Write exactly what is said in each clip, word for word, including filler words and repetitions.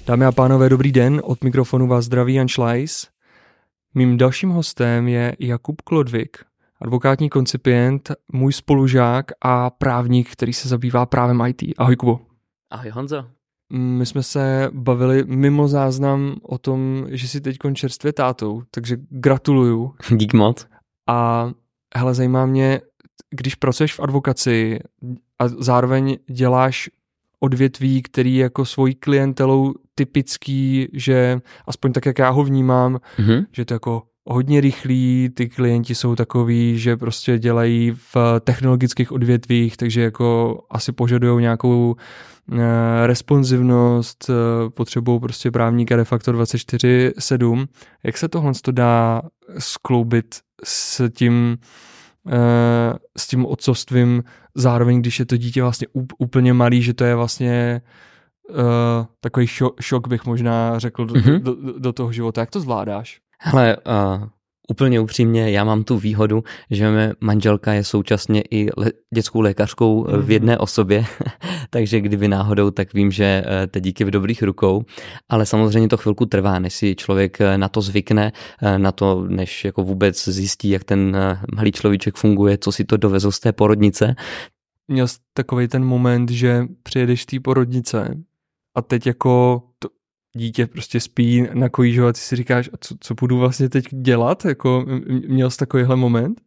Dámy a pánové, dobrý den, od mikrofonu vás zdraví Jan Šlajs. Mým dalším hostem je Jakub Klodvik, advokátní koncipient, můj spolužák a právník, který se zabývá právem í té. Ahoj, Kubo. Ahoj, Honzo. My jsme se bavili mimo záznam o tom, že jsi teď čerstvě tátou, takže gratuluju. Dík moc. A hele, zajímá mě, když pracuješ v advokaci a zároveň děláš odvětví, který je jako svojí klientelou typický, že aspoň tak, jak já ho vnímám, mm-hmm. že to jako hodně rychlý, ty klienti jsou takový, že prostě dělají v technologických odvětvích, takže jako asi požadují nějakou eh, responsivnost, eh, potřebují prostě právníka de facto dvacet čtyři sedm. Jak se tohle to dá skloubit s tím eh, s tím otcovstvím, zároveň když je to dítě vlastně úplně malý, že to je vlastně uh, takový šok, šok bych možná řekl do, mm-hmm. do, do, do toho života. Jak to zvládáš? Hele, uh, úplně upřímně, já mám tu výhodu, že mé manželka je současně i le- dětskou lékařkou mm-hmm. v jedné osobě, takže kdyby náhodou, tak vím, že uh, teď díky v dobrých rukou, ale samozřejmě to chvilku trvá, než si člověk na to zvykne, uh, na to, než jako vůbec zjistí, jak ten uh, malý človíček funguje, co si to dovezl z té porodnice. Měl jsi takovej ten moment, že přijedeš z té porodnice a teď jako to dítě prostě spí na kojížu a ty si říkáš, a co, co budu vlastně teď dělat? Jako, měl jsi takovýhle moment?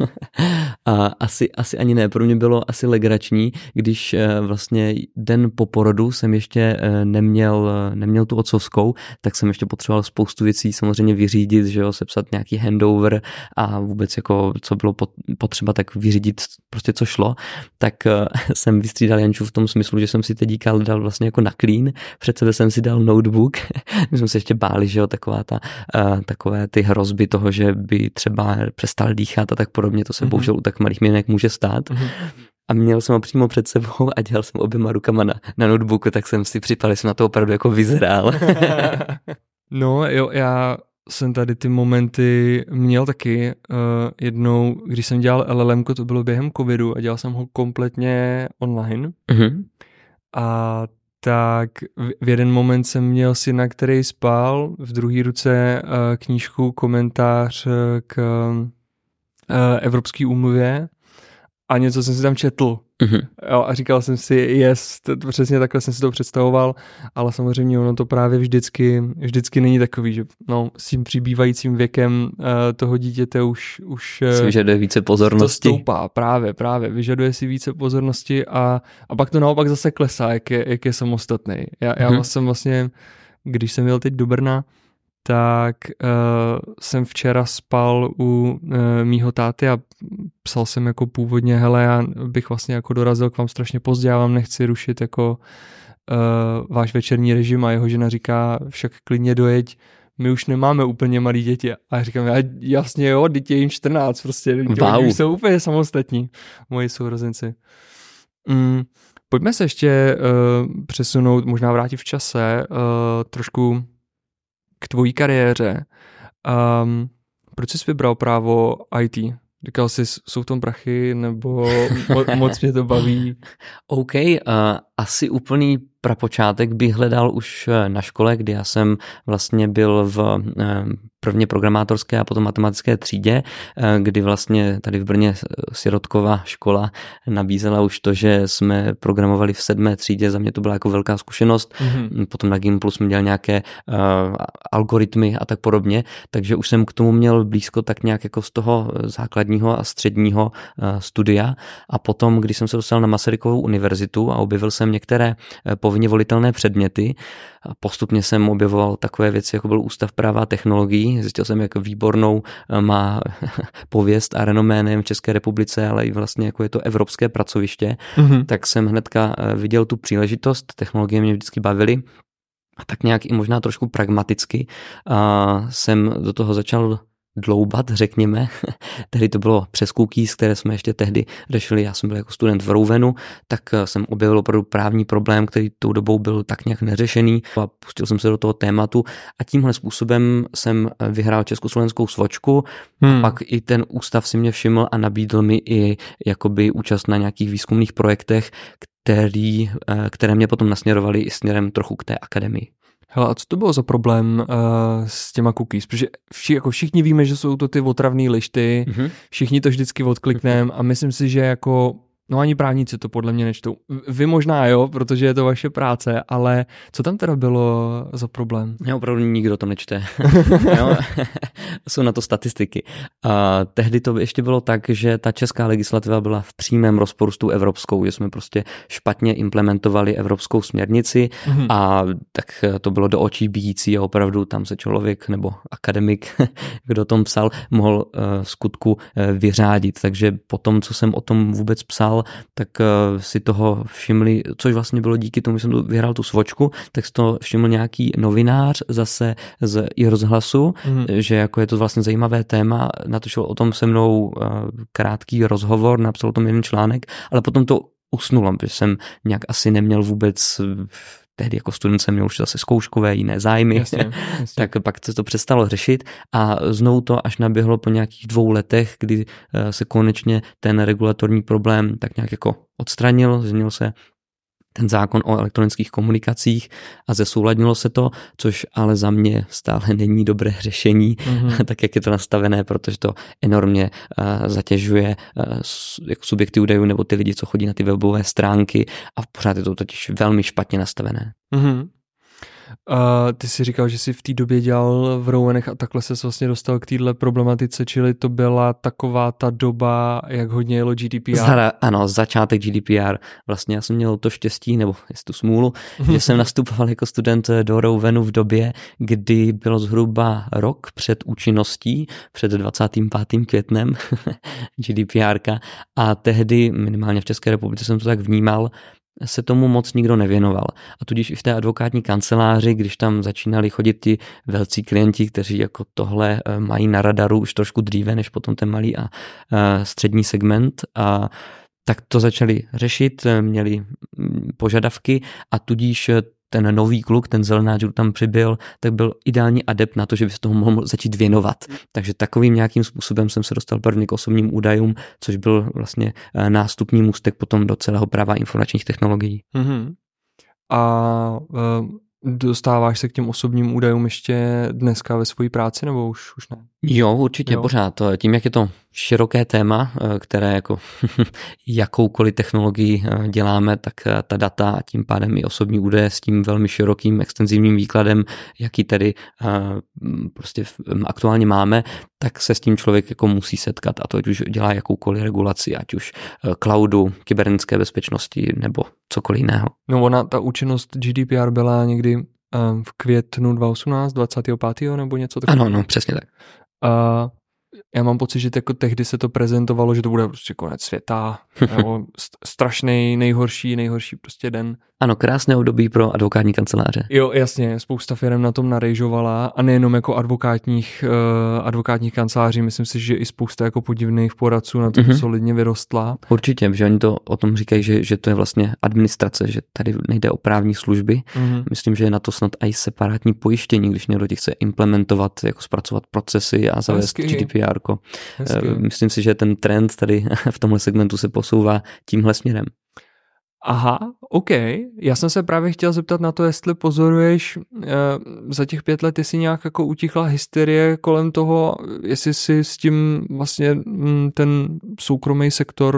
A asi, asi ani ne, pro mě bylo asi legrační, když vlastně den po porodu jsem ještě neměl, neměl tu otcovskou, tak jsem ještě potřeboval spoustu věcí samozřejmě vyřídit, že jo, sepsat nějaký handover a vůbec jako, co bylo potřeba, tak vyřídit prostě co šlo, tak jsem vystřídal Janču v tom smyslu, že jsem si teď díkal dal vlastně jako na clean, před sebe jsem si dal notebook, my jsme se ještě báli, že jo, taková ta, takové ty hrozby toho, že by třeba přestal dýchat a tak podobně, to se mm-hmm. bohužel u tak malých miminek může stát. Mm-hmm. A měl jsem ho přímo před sebou a dělal jsem oběma rukama na, na notebooku, tak jsem si připadal, že jsem na to opravdu jako vyzrál. No jo, já jsem tady ty momenty měl taky. Uh, jednou, když jsem dělal el el em ko, to bylo během covidu a dělal jsem ho kompletně online. Mm-hmm. A tak v jeden moment jsem měl syna, který spal, v druhé ruce uh, knížku, komentář k uh, Evropské úmluvě a něco jsem si tam četl. Mm-hmm. Jo, a říkal jsem si, yes, to, přesně takhle jsem si to představoval, ale samozřejmě ono to právě vždycky, vždycky není takový, že no, s tím přibývajícím věkem uh, toho dítěte už, už si vyžaduje více pozornosti. To stoupá, právě, právě, vyžaduje si více pozornosti a, a pak to naopak zase klesá, jak je, jak je samostatný. Já, mm-hmm. já jsem vlastně, když jsem jel teď do Brna, tak uh, jsem včera spal u uh, mýho táty a psal jsem jako původně, hele, já bych vlastně jako dorazil k vám strašně pozdě, já vám nechci rušit jako uh, váš večerní režim a jeho žena říká, však klidně dojeď, my už nemáme úplně malý děti. A já říkám, já, jasně jo, děti je jim čtrnáct, prostě, wow. Už jsou úplně samostatní, moji sourozenci. Mm, pojďme se ještě uh, přesunout, možná vrátit v čase, uh, trošku k tvojí kariéře. Um, proč jsi vybral právo í té? Říkal jsi, jsou v tom prachy, nebo mo- moc mě to baví? OK, uh, asi úplný prapočátek bych hledal už na škole, kdy já jsem vlastně byl v uh, prvně programátorské a potom matematické třídě, uh, kdy vlastně tady v Brně Sirotkova škola nabízela už to, že jsme programovali v sedmé třídě, za mě to byla jako velká zkušenost, mm-hmm. potom na Gimplu jsme dělali nějaké uh, algoritmy a tak podobně, takže už jsem k tomu měl blízko tak nějak jako z toho základního a středního uh, studia a potom, když jsem se dostal na Masarykovu univerzitu a objevil jsem některé uh, povinně volitelné předměty. Postupně jsem objevoval takové věci, jako byl Ústav práva a technologií. Zjistil jsem, jak výbornou má pověst a renomé nejen v České republice, ale i vlastně jako je to evropské pracoviště. Mm-hmm. Tak jsem hnedka viděl tu příležitost. Technologie mě vždycky bavily. A tak nějak i možná trošku pragmaticky a jsem do toho začal dloubat, řekněme. Tehdy to bylo přes cookies, které jsme ještě tehdy řešili. Já jsem byl jako student v Rouvenu, tak jsem objevil opravdu právní problém, který tou dobou byl tak nějak neřešený a pustil jsem se do toho tématu a tímhle způsobem jsem vyhrál československou svočku. Hmm. Pak i ten ústav si mě všiml a nabídl mi i jakoby účast na nějakých výzkumných projektech, který, které mě potom nasměrovali i směrem trochu k té akademii. Hele, a co to bylo za problém uh, s těma cookies? Protože vši, jako všichni víme, že jsou to ty otravné lišty, mm-hmm. všichni to vždycky odklikneme mm-hmm. a myslím si, že jako no ani právníci to podle mě nečtou. Vy možná jo, protože je to vaše práce, ale co tam teda bylo za problém? Ne, opravdu nikdo to nečte. Jo? Jsou na to statistiky. A tehdy to ještě bylo tak, že ta česká legislativa byla v přímém rozporu s tou evropskou, že jsme prostě špatně implementovali evropskou směrnici mm-hmm. a tak to bylo do očí bijící a opravdu tam se člověk nebo akademik, kdo o tom psal, mohl uh, skutku uh, vyřádit. Takže po tom, co jsem o tom vůbec psal, tak uh, si toho všimli, což vlastně bylo díky tomu, že jsem vyhrál tu svočku, tak si to všiml nějaký novinář zase z i rozhlasu, mm. že jako je to vlastně zajímavé téma, natočil o tom se mnou uh, krátký rozhovor, napsal o tom jeden článek, ale potom to usnulo, protože jsem nějak asi neměl vůbec tehdy jako student jsem měl už zase zkouškové jiné zájmy, jasně, jasně. tak pak se to přestalo řešit a znovu to až naběhlo po nějakých dvou letech, kdy se konečně ten regulatorní problém tak nějak jako odstranil, změnil se ten zákon o elektronických komunikacích a zesouladnilo se to, což ale za mě stále není dobré řešení, mm-hmm. tak jak je to nastavené, protože to enormně uh, zatěžuje uh, jako subjekty údajů nebo ty lidi, co chodí na ty webové stránky a pořád je to totiž velmi špatně nastavené. Mm-hmm. Uh, ty jsi říkal, že jsi v té době dělal v Rowanech a takhle ses vlastně dostal k téhle problematice, čili to byla taková ta doba, jak hodně jelo G D P R? Zara, ano, začátek G D P R. Vlastně já jsem měl to štěstí, nebo jest tu smůlu, že jsem nastupoval jako student do Rowanu v době, kdy bylo zhruba rok před účinností, před dvacátým pátým květnem G D P R ka a tehdy, minimálně v České republice jsem to tak vnímal, se tomu moc nikdo nevěnoval. A tudíž i v té advokátní kanceláři, když tam začínali chodit ti velcí klienti, kteří jako tohle mají na radaru už trošku dříve, než potom ten malý a střední segment, a tak to začali řešit, měli požadavky a tudíž ten nový kluk, ten zelenáč, kdo tam přibyl, tak byl ideální adept na to, že by se toho mohl začít věnovat. Takže takovým nějakým způsobem jsem se dostal prvně k osobním údajům, což byl vlastně nástupní můstek potom do celého práva informačních technologií. Mm-hmm. A uh, dostáváš se k těm osobním údajům ještě dneska ve své práci, nebo už, už ne? Jo, určitě jo. Pořád. Tím, jak je to široké téma, které jako jakoukoliv technologii děláme, tak ta data a tím pádem i osobní údaje s tím velmi širokým extenzivním výkladem, jaký tady prostě aktuálně máme, tak se s tím člověk jako musí setkat a to ať už dělá jakoukoliv regulaci, ať už cloudu, kybernetické bezpečnosti nebo cokoliv jiného. No ona, ta účinnost G D P R byla někdy v květnu dva tisíce osmnáct, dvacátého pátého nebo něco takového? Ano, no, přesně tak. A já mám pocit, že jako tehdy se to prezentovalo, že to bude prostě konec světa, nebo strašný, nejhorší, nejhorší prostě den. Ano, krásné období pro advokátní kanceláře. Jo, jasně, spousta firem na tom narejžovala a nejenom jako advokátních, uh, advokátních kanceláří, myslím si, že i spousta jako podivných poradců na tom mm-hmm. solidně vyrostla. Určitě, že oni to o tom říkají, že, že to je vlastně administrace, že tady nejde o právní služby. Mm-hmm. Myslím, že je na to snad i separátní pojištění, když někdo ti chce implementovat, jako zpracovat procesy a zavést G D P R ko. Myslím si, že ten trend tady v tomhle segmentu se posouvá tímhle směrem. Aha, OK. Já jsem se právě chtěl zeptat na to, jestli pozoruješ uh, za těch pět let, jestli nějak jako utichla hysterie kolem toho, jestli si s tím vlastně m, ten soukromý sektor,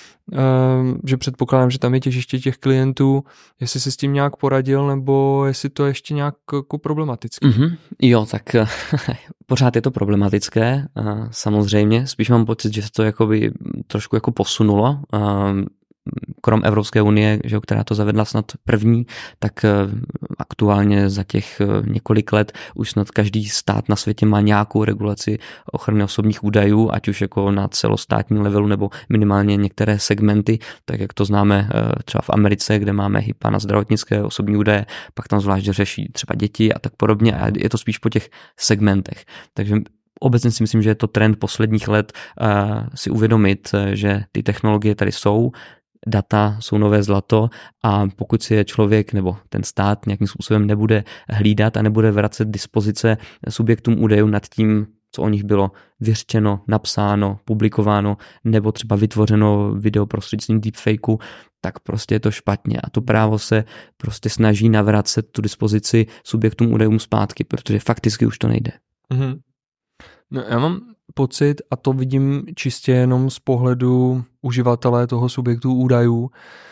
uh, že předpokládám, že tam je těžiště těch klientů, jestli si s tím nějak poradil, nebo jestli to je ještě nějak jako problematické. Mm-hmm. Jo, tak pořád je to problematické, uh, samozřejmě. Spíš mám pocit, že se to jakoby trošku jako posunulo. Uh, krom Evropské unie, že, která to zavedla snad první, tak aktuálně za těch několik let už snad každý stát na světě má nějakou regulaci ochrany osobních údajů, ať už jako na celostátní levelu nebo minimálně některé segmenty, tak jak to známe třeba v Americe, kde máme HIPAA na zdravotnické osobní údaje, pak tam zvlášť řeší třeba děti a tak podobně a je to spíš po těch segmentech. Takže obecně si myslím, že je to trend posledních let uh, si uvědomit, že ty technologie tady jsou, data jsou nové zlato a pokud si je člověk nebo ten stát nějakým způsobem nebude hlídat a nebude vracet dispozice subjektům údajů nad tím, co o nich bylo vyřčeno, napsáno, publikováno, nebo třeba vytvořeno video prostřednictvím deepfakeu, tak prostě je to špatně a to právo se prostě snaží navracet tu dispozici subjektům údajům zpátky, protože fakticky už to nejde. Mm-hmm. No, já mám pocit, a to vidím čistě jenom z pohledu uživatele toho subjektu údajů,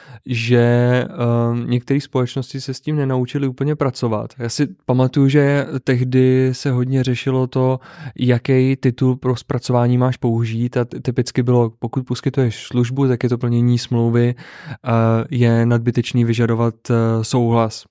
že um, některé společnosti se s tím nenaučily úplně pracovat. Já si pamatuju, že tehdy se hodně řešilo to, jaký titul pro zpracování máš použít a typicky bylo, pokud poskytuješ službu, tak je to plnění smlouvy, uh, je nadbytečný vyžadovat uh, souhlas.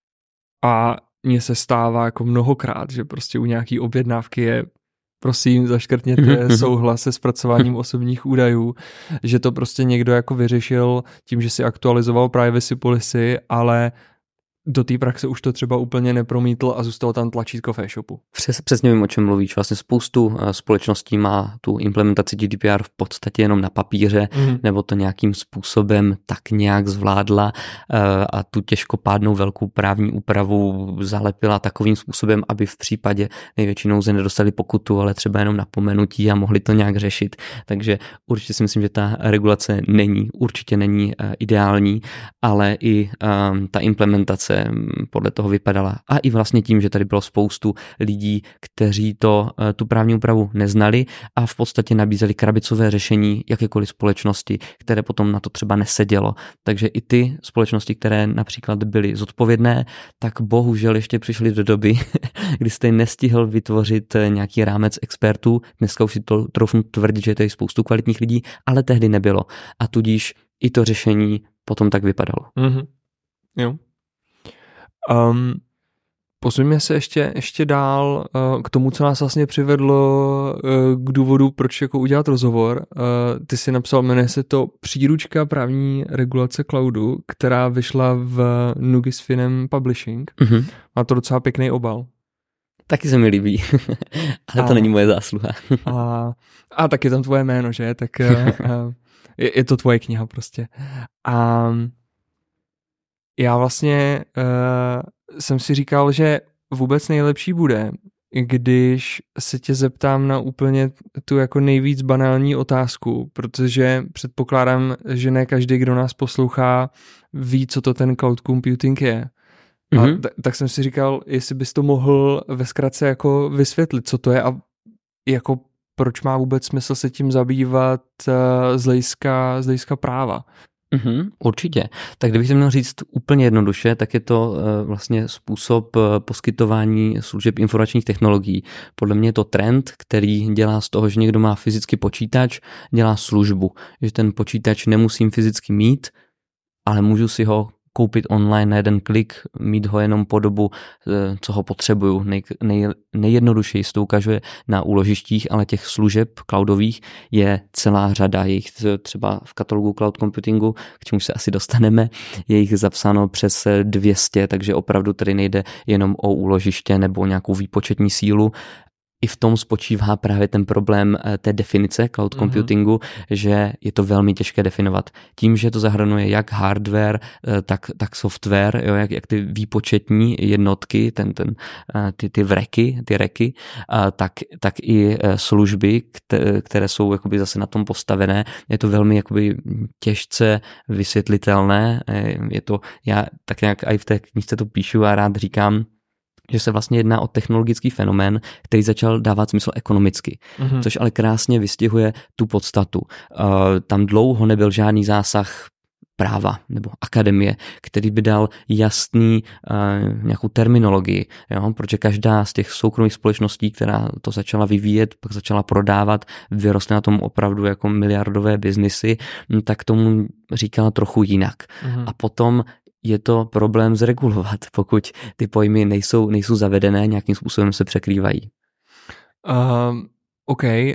A mně se stává jako mnohokrát, že prostě u nějaký objednávky je prosím, zaškrtněte souhlas se zpracováním osobních údajů, že to prostě někdo jako vyřešil tím, že si aktualizoval privacy policy, ale do té praxe už to třeba úplně nepromítl a zůstalo tam tlačítko v e-shopu. Přes, přesně vím, o čem mluvíš. Vlastně spoustu společností má tu implementaci G D P R v podstatě jenom na papíře, mm. nebo to nějakým způsobem tak nějak zvládla a tu těžkopádnou velkou právní úpravu zalepila takovým způsobem, aby v případě největší nouze nedostali pokutu, ale třeba jenom napomenutí a mohli to nějak řešit. Takže určitě si myslím, že ta regulace není, určitě není ideální, ale i um, ta implementace podle toho vypadala. A i vlastně tím, že tady bylo spoustu lidí, kteří to, tu právní úpravu neznali a v podstatě nabízeli krabicové řešení jakékoliv společnosti, které potom na to třeba nesedělo. Takže i ty společnosti, které například byly zodpovědné, tak bohužel ještě přišly do doby, kdy jste nestihl vytvořit nějaký rámec expertů. Dneska už si to troufnu tvrdit, že je tady spoustu kvalitních lidí, ale tehdy nebylo. A tudíž i to řešení potom tak vypadalo. Mm-hmm. Jo. Um, posuňme se ještě, ještě dál uh, k tomu, co nás vlastně přivedlo uh, k důvodu, proč jako udělat rozhovor. Uh, ty jsi napsal, jmenuje se to Příručka právní regulace cloudu, která vyšla v Nugisfinem Publishing. Mm-hmm. Má to docela pěkný obal. Taky se mi líbí, ale a, to není moje zásluha. a, a tak je tam tvoje jméno, že? Tak uh, uh, je, je to tvoje kniha prostě. A já vlastně uh, jsem si říkal, že vůbec nejlepší bude, když se tě zeptám na úplně tu jako nejvíc banální otázku, protože předpokládám, že ne každý, kdo nás poslouchá, ví, co to ten cloud computing je. Mm-hmm. A t- tak jsem si říkal, jestli bys to mohl ve zkratce jako vysvětlit, co to je a jako proč má vůbec smysl se tím zabývat uh, z hlediska, z hlediska práva. Mm-hmm, určitě. Tak kdybych se měl říct úplně jednoduše, tak je to uh, vlastně způsob uh, poskytování služeb informačních technologií. Podle mě je to trend, který dělá z toho, že někdo má fyzicky počítač, dělá službu. Že ten počítač nemusím fyzicky mít, ale můžu si ho koupit online na jeden klik, mít ho jenom po dobu, co ho potřebuju. Nej, nej, nejjednodušeji se to ukazuje na úložištích, ale těch služeb cloudových je celá řada. Je jich třeba v katalogu cloud computingu, k čemu se asi dostaneme, je jich zapsáno přes dvě stě, takže opravdu tady nejde jenom o úložiště nebo nějakou výpočetní sílu. I v tom spočívá právě ten problém té definice cloud computingu, mm-hmm. že je to velmi těžké definovat. Tím, že to zahrnuje jak hardware, tak, tak software, jo, jak, jak ty výpočetní jednotky, ten, ten, ty, ty vreky, ty reky, tak, tak i služby, které jsou jakoby zase na tom postavené. Je to velmi jakoby těžce vysvětlitelné. Je to, já tak nějak i v té knížce to píšu a rád říkám, že se vlastně jedná o technologický fenomén, který začal dávat smysl ekonomicky, mm-hmm. což ale krásně vystihuje tu podstatu. Uh, tam dlouho nebyl žádný zásah práva nebo akademie, který by dal jasný uh, nějakou terminologii, jo? Protože každá z těch soukromých společností, která to začala vyvíjet, pak začala prodávat, vyrostly na tom opravdu jako miliardové biznisy, tak tomu říkala trochu jinak. Mm-hmm. A potom je to problém zregulovat, pokud ty pojmy nejsou, nejsou zavedené, nějakým způsobem se překrývají. Uh, OK. Uh,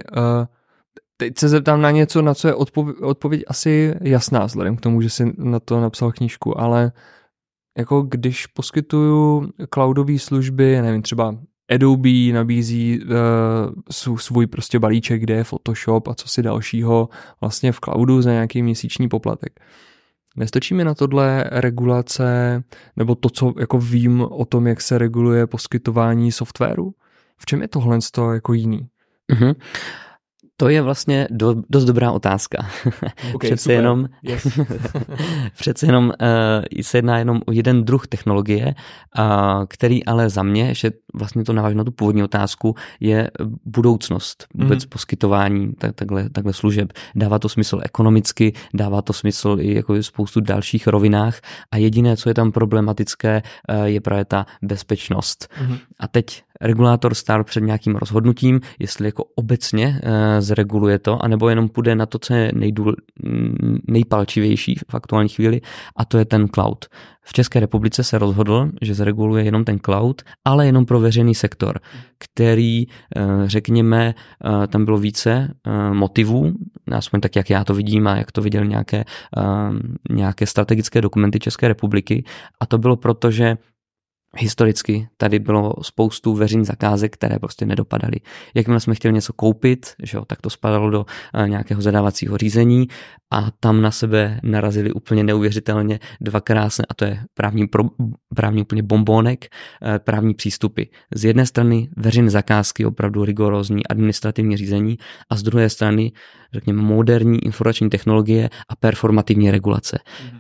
teď se zeptám na něco, na co je odpověď, odpověď asi jasná, vzhledem k tomu, že jsi na to napsal knížku, ale jako když poskytuju cloudové služby, nevím, třeba Adobe nabízí uh, svůj prostě balíček, kde je Photoshop a co si dalšího vlastně v cloudu za nějaký měsíční poplatek. Nestačí mi na tohle regulace, nebo to, co jako vím o tom, jak se reguluje poskytování softwaru? V čem je tohle jako jiný? Mm-hmm. To je vlastně do, dost dobrá otázka. Okay, přece, super. jenom, yes. přece jenom uh, se jedná jenom o jeden druh technologie, uh, který ale za mě, že vlastně to naváží na tu původní otázku, je budoucnost vůbec mm. poskytování tak, takhle, takhle služeb. Dává to smysl ekonomicky, dává to smysl i jako spoustu dalších rovinách a jediné, co je tam problematické, uh, je právě ta bezpečnost. Mm. A teď regulátor stál před nějakým rozhodnutím, jestli jako obecně uh, zreguluje to, anebo jenom půjde na to, co je nejdůl, nejpalčivější v aktuální chvíli, a to je ten cloud. V České republice se rozhodl, že zreguluje jenom ten cloud, ale jenom pro veřejný sektor, který, řekněme, tam bylo více motivů, aspoň tak, jak já to vidím a jak to viděl nějaké, nějaké strategické dokumenty České republiky, a to bylo proto, že historicky tady bylo spoustu veřejných zakázek, které prostě nedopadaly. Jakmile jsme chtěli něco koupit, že jo, tak to spadalo do nějakého zadávacího řízení a tam na sebe narazili úplně neuvěřitelně dva krásné, a to je právní, pro, právní úplně bombónek, právní přístupy. Z jedné strany veřejné zakázky, opravdu rigorózní administrativní řízení, a z druhé strany, řekněme, moderní informační technologie a performativní regulace. Mm.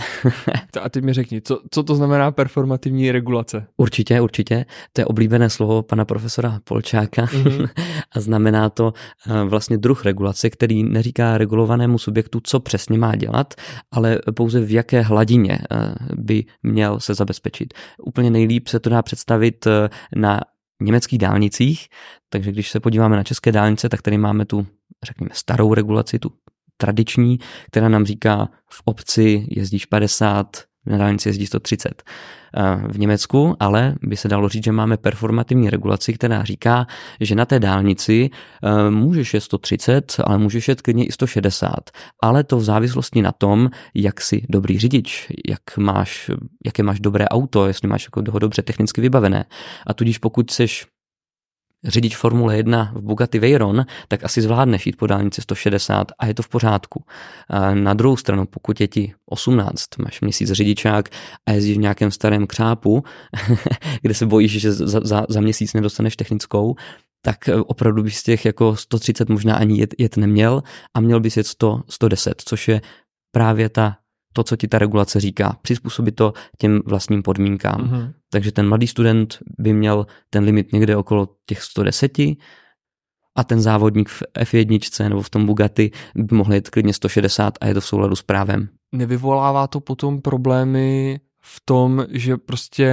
A ty mi řekni, co, co to znamená performativní regulace? Určitě, určitě. To je oblíbené slovo pana profesora Polčáka mm-hmm. a znamená to vlastně druh regulace, který neříká regulovanému subjektu, co přesně má dělat, ale pouze v jaké hladině by měl se zabezpečit. Úplně nejlíp se to dá představit na německých dálnicích, takže když se podíváme na české dálnice, tak tady máme tu, řekněme, starou regulaci, tu tradiční, která nám říká, v obci jezdíš padesát, na dálnici jezdí sto třicet. V Německu ale by se dalo říct, že máme performativní regulaci, která říká, že na té dálnici můžeš jet sto třicet, ale můžeš jet klidně i sto šedesát. Ale to v závislosti na tom, jak jsi dobrý řidič, jak máš, jaké máš dobré auto, jestli máš jako ho dobře technicky vybavené. A tudíž pokud seš řidič Formule jedna v Bugatti Veyron, tak asi zvládneš jít po dálnici sto šedesát a je to v pořádku. A na druhou stranu, pokud je ti osmnáct, máš měsíc řidičák a jezdíš v nějakém starém křápu, kde se bojíš, že za, za, za měsíc nedostaneš technickou, tak opravdu bys těch jako sto třicet možná ani jet, jet neměl a měl bys jet sto, sto deset, což je právě ta to, co ti ta regulace říká, přizpůsobit to těm vlastním podmínkám. Mm-hmm. Takže ten mladý student by měl ten limit někde okolo těch sto deset a ten závodník v ef jedna nebo v tom Bugatti by mohl jet klidně sto šedesát a je to v souladu s právem. Nevyvolává to potom problémy v tom, že prostě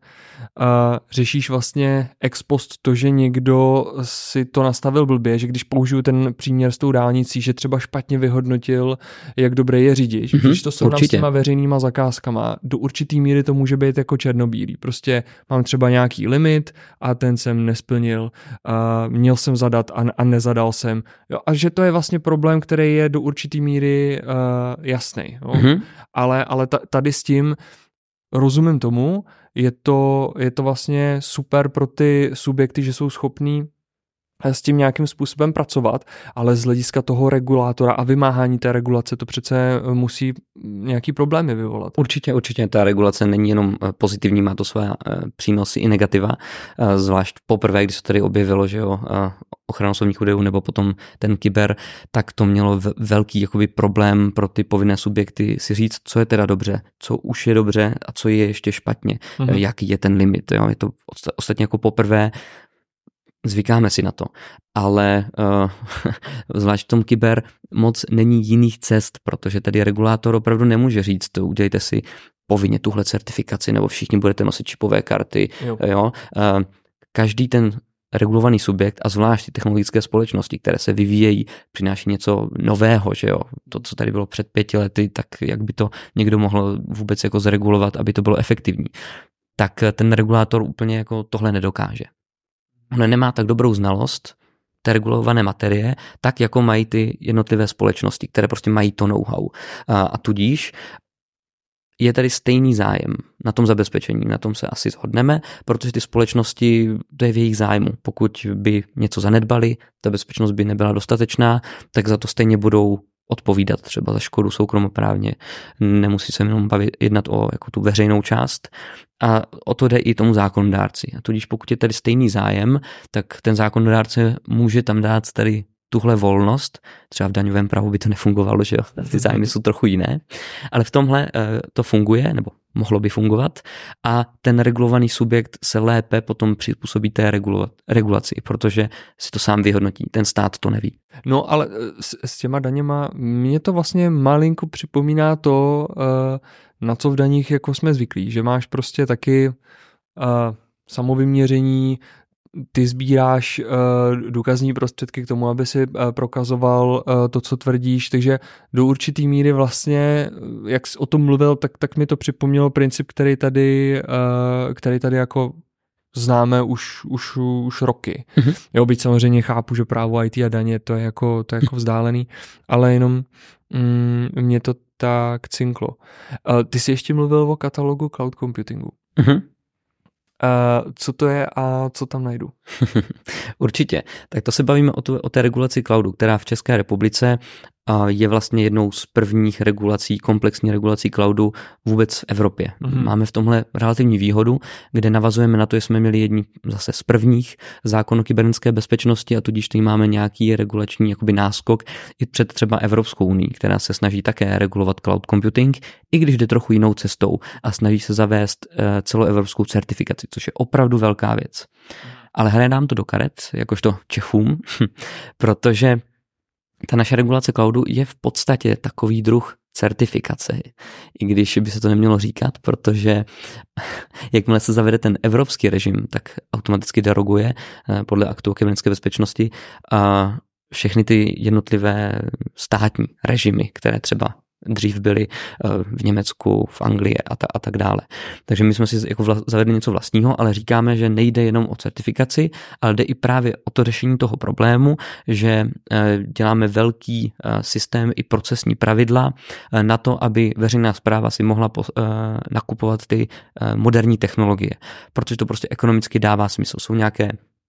uh, řešíš vlastně ex post to, že někdo si to nastavil blbě, že když použiju ten příměr s tou dálnicí, že třeba špatně vyhodnotil, jak dobrý je řidič. Mm-hmm, když to srovnám s těma veřejnýma zakázkama, do určitý míry to může být jako černobílý. Prostě mám třeba nějaký limit a ten jsem nesplnil, uh, měl jsem zadat a, a nezadal jsem. Jo, a že to je vlastně problém, který je do určitý míry uh, jasný. Mm-hmm. Ale, ale tady s tím rozumím tomu, je to, je to vlastně super pro ty subjekty, že jsou schopní s tím nějakým způsobem pracovat, ale z hlediska toho regulátora a vymáhání té regulace to přece musí nějaký problémy vyvolat. Určitě, určitě ta regulace není jenom pozitivní, má to své přínosy i negativa, zvlášť poprvé, když se tady objevilo, že jo, ochrana osobních údajů nebo potom ten kyber, tak to mělo velký jakoby problém pro ty povinné subjekty si říct, co je teda dobře, co už je dobře a co je ještě špatně, mhm. jaký je ten limit. Jo. Je to ostatně jako poprvé, zvykáme si na to, ale uh, zvlášť v tom kyber moc není jiných cest, protože tady regulátor opravdu nemůže říct, udělejte si povinně tuhle certifikaci nebo všichni budete nosit čipové karty. Jo. Jo? Uh, každý ten regulovaný subjekt a zvlášť ty technologické společnosti, které se vyvíjejí, přináší něco nového, že jo. To, co tady bylo před pěti lety, tak jak by to někdo mohl vůbec jako zregulovat, aby to bylo efektivní. Tak ten regulátor úplně jako tohle nedokáže. On nemá tak dobrou znalost té regulované materie, tak jako mají ty jednotlivé společnosti, které prostě mají to know-how. A, a tudíž je tady stejný zájem na tom zabezpečení, na tom se asi shodneme, protože ty společnosti, to je v jejich zájmu. Pokud by něco zanedbali, ta bezpečnost by nebyla dostatečná, tak za to stejně budou odpovídat třeba za škodu soukromoprávně, nemusí se jenom bavit, jednat o jako tu veřejnou část a o to jde i tomu zákonodárci. A tudíž pokud je tady stejný zájem, tak ten zákonodárce může tam dát tady tuhle volnost, třeba v daňovém právu by to nefungovalo, že jo, ty zájmy jsou trochu jiné, ale v tomhle to funguje, nebo mohlo by fungovat a ten regulovaný subjekt se lépe potom přizpůsobí té regulaci, protože si to sám vyhodnotí, ten stát to neví. No ale s, s těma daněma, mě to vlastně malinko připomíná to, na co v daních jako jsme zvyklí, že máš prostě taky samovyměření, ty sbíráš uh, důkazní prostředky k tomu, aby si uh, prokazoval uh, to, co tvrdíš, takže do určitý míry vlastně, jak jsi o tom mluvil, tak, tak mi to připomnělo princip, který tady, uh, který tady jako známe už, už, už roky. Mm-hmm. Jo, byť samozřejmě chápu, že právo í té a daně, to je jako, to je jako vzdálený, ale jenom mm, mě to tak cinklo. Uh, ty jsi ještě mluvil o katalogu cloud computingu. Mm-hmm. Uh, co to je a co tam najdu? Určitě. Tak to se bavíme o, tu, o té regulaci cloudu, která v České republice uh, je vlastně jednou z prvních regulací, komplexní regulací cloudu vůbec v Evropě. Mm-hmm. Máme v tomhle relativní výhodu, kde navazujeme na to, že jsme měli jedni zase z prvních zákon o kybernetické bezpečnosti a tudíž tady máme nějaký regulační jakoby náskok i před třeba Evropskou unii, která se snaží také regulovat cloud computing, i když jde trochu jinou cestou a snaží se zavést uh, celoevropskou certifikaci, což je opravdu velká věc. Ale hraje nám to do karet, jakožto Čechům, protože ta naše regulace cloudu je v podstatě takový druh certifikace, i když by se to nemělo říkat, protože jakmile se zavede ten evropský režim, tak automaticky deroguje podle aktu o kybernetické bezpečnosti a všechny ty jednotlivé státní režimy, které třeba dřív byly v Německu, v Anglii a, ta, a tak dále. Takže my jsme si jako vla, zavedli něco vlastního, ale říkáme, že nejde jenom o certifikaci, ale jde i právě o to řešení toho problému, že děláme velký systém i procesní pravidla na to, aby veřejná správa si mohla po, nakupovat ty moderní technologie, protože to prostě ekonomicky dává smysl. Jsou nějaké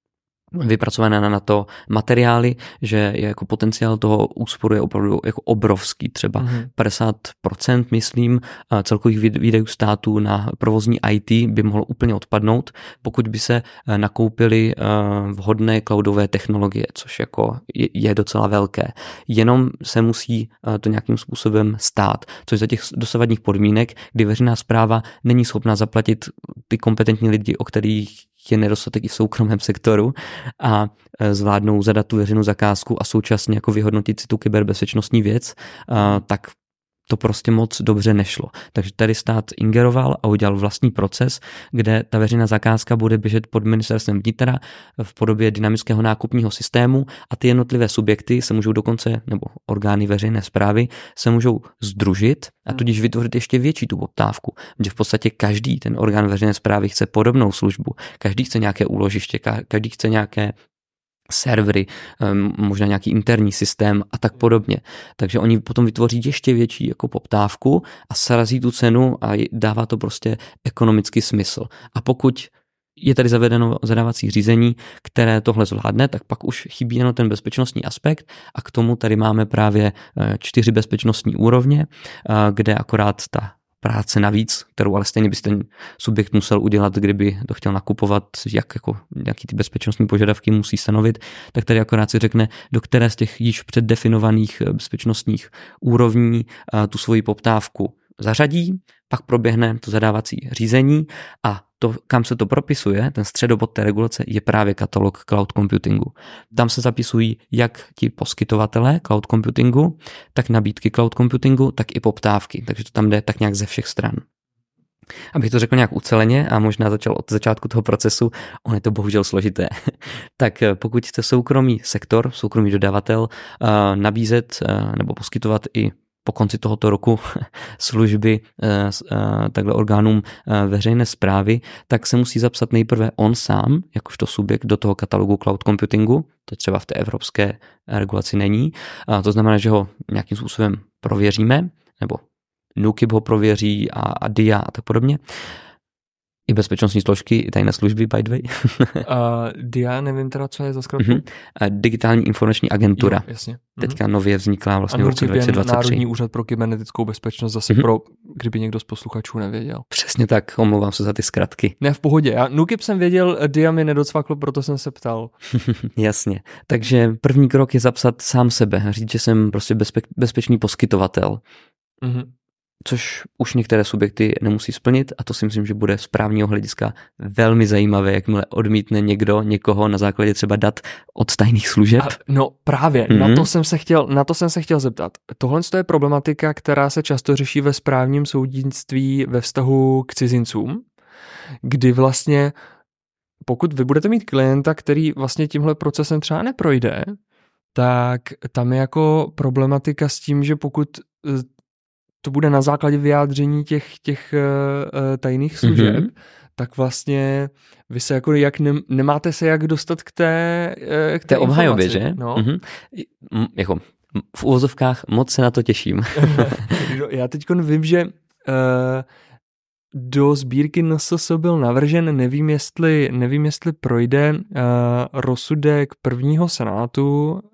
vypracované na to materiály, že je jako potenciál toho úsporu je opravdu jako obrovský, třeba mm-hmm. padesát procent myslím celkových výdajů států na provozní í té by mohlo úplně odpadnout, pokud by se nakoupily vhodné cloudové technologie, což jako je docela velké. Jenom se musí to nějakým způsobem stát, což za těch dosavadních podmínek, kdy veřejná správa není schopná zaplatit ty kompetentní lidi, o kterých je nedostatek i v soukromém sektoru a zvládnou zadat tu veřejnou zakázku a současně jako vyhodnotit si tu kyberbezpečnostní věc, tak to prostě moc dobře nešlo. Takže tady stát ingeroval a udělal vlastní proces, kde ta veřejná zakázka bude běžet pod ministerstvem vnitra v podobě dynamického nákupního systému a ty jednotlivé subjekty se můžou dokonce, nebo orgány veřejné správy se můžou sdružit a tudíž vytvořit ještě větší tu poptávku, že v podstatě každý ten orgán veřejné správy chce podobnou službu, každý chce nějaké úložiště, každý chce nějaké servery, možná nějaký interní systém a tak podobně. Takže oni potom vytvoří ještě větší jako poptávku a srazí tu cenu a dává to prostě ekonomický smysl. A pokud je tady zavedeno zadávací řízení, které tohle zvládne, tak pak už chybí jenom ten bezpečnostní aspekt a k tomu tady máme právě čtyři bezpečnostní úrovně, kde akorát ta práce navíc, kterou ale stejně by ten subjekt musel udělat, kdyby to chtěl nakupovat, jak jako nějaký ty bezpečnostní požadavky musí stanovit, tak tady akorát si řekne, do které z těch již předdefinovaných bezpečnostních úrovní tu svoji poptávku zařadí, pak proběhne to zadávací řízení a to, kam se to propisuje, ten středobod té regulace je právě katalog cloud computingu. Tam se zapisují jak ti poskytovatelé cloud computingu, tak nabídky cloud computingu, tak i poptávky, takže to tam jde tak nějak ze všech stran. Abych to řekl nějak uceleně a možná začal od začátku toho procesu, on je to bohužel složité. Tak pokud chce soukromý sektor, soukromý dodavatel nabízet nebo poskytovat i po konci tohoto roku služby takhle orgánům veřejné správy, tak se musí zapsat nejprve on sám, jakožto subjekt do toho katalogu cloud computingu, to třeba v té evropské regulaci není. A to znamená, že ho nějakým způsobem prověříme, nebo NÚKIB ho prověří a, a D I A a tak podobně. I bezpečnostní složky, i tajné služby, by the way. uh, D I A, nevím teda, co je za zkratku. Uh-huh. Digitální informační agentura. Jo, jasně. Teďka nově vznikla vlastně v roce dva tisíce dvacet tři. Národní úřad pro kybernetickou bezpečnost, zase uh-huh. pro, kdyby někdo z posluchačů nevěděl. Přesně tak, omlouvám se za ty zkratky. Ne, v pohodě. Já NÚKIB jsem věděl, D I A mi nedocvaklo, proto jsem se ptal. Jasně. Takže první krok je zapsat sám sebe, říct, že jsem prostě bezpe- bezpečný poskytovatel. Uh-huh. Což už některé subjekty nemusí splnit a to si myslím, že bude z právního hlediska velmi zajímavé, jakmile odmítne někdo někoho na základě třeba dat od tajných služeb. A, no právě, mm-hmm. na to jsem se chtěl, na to jsem se chtěl zeptat. Tohle je problematika, která se často řeší ve správním soudnictví ve vztahu k cizincům, kdy vlastně pokud vy budete mít klienta, který vlastně tímhle procesem třeba neprojde, tak tam je jako problematika s tím, že pokud to bude na základě vyjádření těch, těch uh, tajných služeb, mm-hmm. tak vlastně vy se jako jak ne, nemáte se jak dostat k té, uh, k té, té obhajobě, že? No. Mm-hmm. Jako v uvozovkách moc se na to těším. Já teď vím, že uh, do sbírky N S S byl navržen, nevím jestli, nevím jestli projde uh, rozsudek prvního senátu, uh,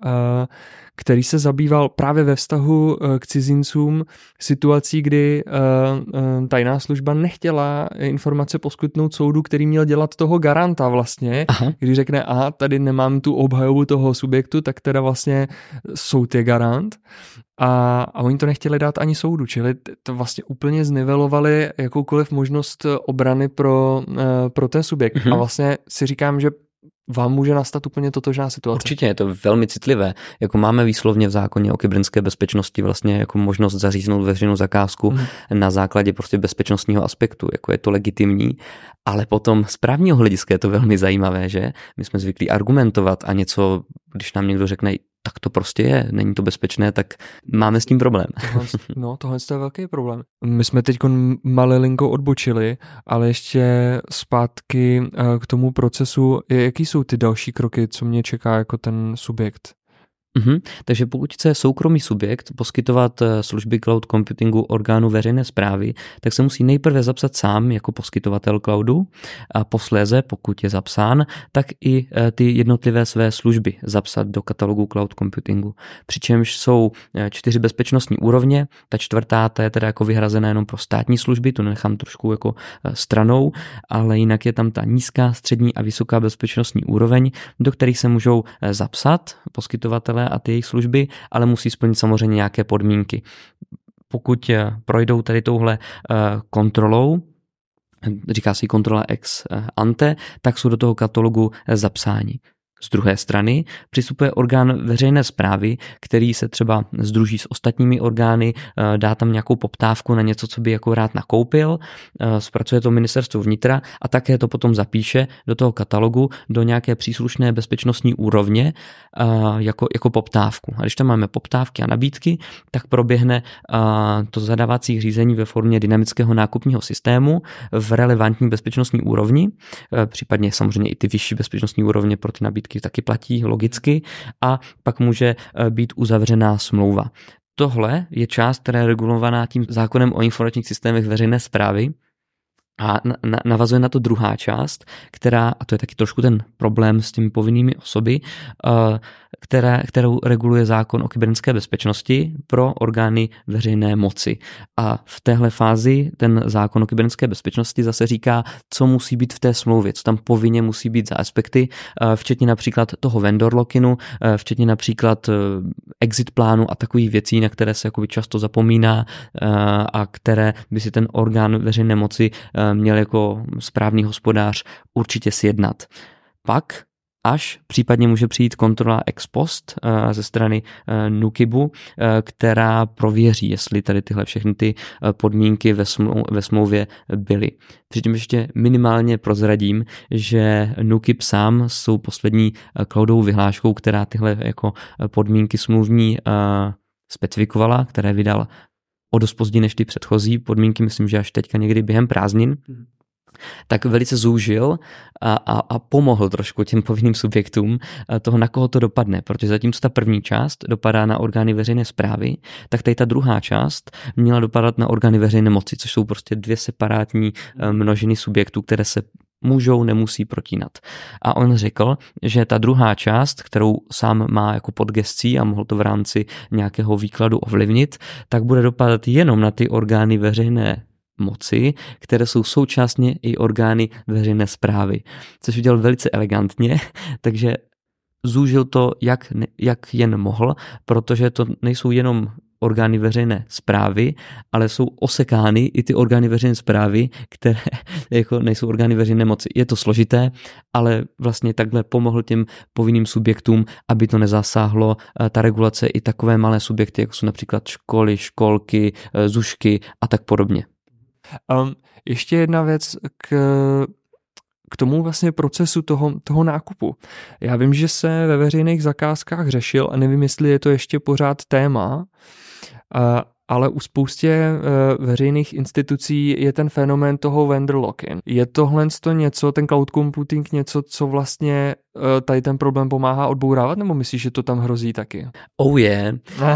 který se zabýval právě ve vztahu uh, k cizincům situací, kdy uh, uh, tajná služba nechtěla informace poskytnout soudu, který měl dělat toho garanta vlastně, aha. Když řekne, aha, tady nemám tu obhajobu toho subjektu, tak teda vlastně soud je garant. A, a oni to nechtěli dát ani soudu, čili to vlastně úplně znivelovali jakoukoliv možnost obrany pro, pro ten subjekt. Mm-hmm. A vlastně si říkám, že vám může nastat úplně totožná situace. Určitě, je to velmi citlivé. Jako máme výslovně v zákoně o kybernetické bezpečnosti vlastně jako možnost zaříznout veřejnou zakázku mm. na základě prostě bezpečnostního aspektu, jako je to legitimní, ale potom z právního hlediska je to velmi zajímavé, že my jsme zvyklí argumentovat a něco, když nám někdo řekne, tak to prostě je, není to bezpečné, tak máme s tím problém. Tohle, no, tohle je velký problém. My jsme teď malilinko odbočili, ale ještě zpátky k tomu procesu, jaký jsou ty další kroky, co mě čeká jako ten subjekt? Uhum. Takže pokud chce soukromý subjekt poskytovat služby cloud computingu orgánu veřejné správy, tak se musí nejprve zapsat sám jako poskytovatel cloudu a posléze, pokud je zapsán, tak i ty jednotlivé své služby zapsat do katalogu cloud computingu. Přičemž jsou čtyři bezpečnostní úrovně, ta čtvrtá ta je teda jako vyhrazená jenom pro státní služby, to nechám trošku jako stranou, ale jinak je tam ta nízká, střední a vysoká bezpečnostní úroveň, do kterých se můžou zapsat poskytovatelé a ty jejich služby, ale musí splnit samozřejmě nějaké podmínky. Pokud projdou tady touhle kontrolou, říká se kontrola ex ante, tak jsou do toho katalogu zapsáni. Z druhé strany přistupuje orgán veřejné správy, který se třeba sdruží s ostatními orgány, dá tam nějakou poptávku na něco, co by jako rád nakoupil, zpracuje to ministerstvo vnitra a také to potom zapíše do toho katalogu do nějaké příslušné bezpečnostní úrovně jako, jako poptávku. A když tam máme poptávky a nabídky, tak proběhne to zadávací řízení ve formě dynamického nákupního systému v relevantní bezpečnostní úrovni, případně samozřejmě i ty vyšší bezpečnostní úrovně pro ty nabídky taky platí logicky a pak může být uzavřená smlouva. Tohle je část, která je regulovaná tím zákonem o informačních systémech veřejné správy a navazuje na to druhá část, která, a to je taky trošku ten problém s těmi povinnými osoby, která, kterou reguluje zákon o kybernetické bezpečnosti pro orgány veřejné moci. A v téhle fázi ten zákon o kybernetické bezpečnosti zase říká, co musí být v té smlouvě, co tam povinně musí být za aspekty, včetně například toho vendor lockinu, včetně například exit plánu a takových věcí, na které se jakoby často zapomíná a které by si ten orgán veřejné moci měl jako správný hospodář určitě sjednat. Pak až případně může přijít kontrola ex post ze strany NÚKIBu, která prověří, jestli tady tyhle všechny ty podmínky ve, smlou, ve smlouvě byly. Přičem ještě minimálně prozradím, že NÚKIB sám s tou poslední cloudovou vyhláškou, která tyhle jako podmínky smluvní specifikovala, které vydal o dost později než ty předchozí podmínky, myslím, že až teďka někdy během prázdnin, tak velice zúžil a, a, a pomohl trošku těm povinným subjektům toho, na koho to dopadne, protože zatímco ta první část dopadá na orgány veřejné správy, tak tady ta druhá část měla dopadat na orgány veřejné moci, což jsou prostě dvě separátní množiny subjektů, které se můžou, nemusí protínat. A on řekl, že ta druhá část, kterou sám má jako pod gescí a mohl to v rámci nějakého výkladu ovlivnit, tak bude dopadat jenom na ty orgány veřejné moci, které jsou současně i orgány veřejné správy. Což udělal velice elegantně, takže zúžil to, jak, jak jen mohl, protože to nejsou jenom orgány veřejné správy, ale jsou osekány i ty orgány veřejné správy, které jako nejsou orgány veřejné moci. Je to složité, ale vlastně takhle pomohl těm povinným subjektům, aby to nezasáhlo ta regulace i takové malé subjekty, jako jsou například školy, školky, zušky a tak podobně. Um, ještě jedna věc k, k tomu vlastně procesu toho, toho nákupu. Já vím, že se ve veřejných zakázkách řešil a nevím, jestli je to ještě pořád téma, uh, ale u spoustě uh, veřejných institucí je ten fenomén toho vendor lock-in. Je tohle něco, ten cloud computing něco, co vlastně uh, tady ten problém pomáhá odbourávat, nebo myslíš, že to tam hrozí taky? Oh yeah.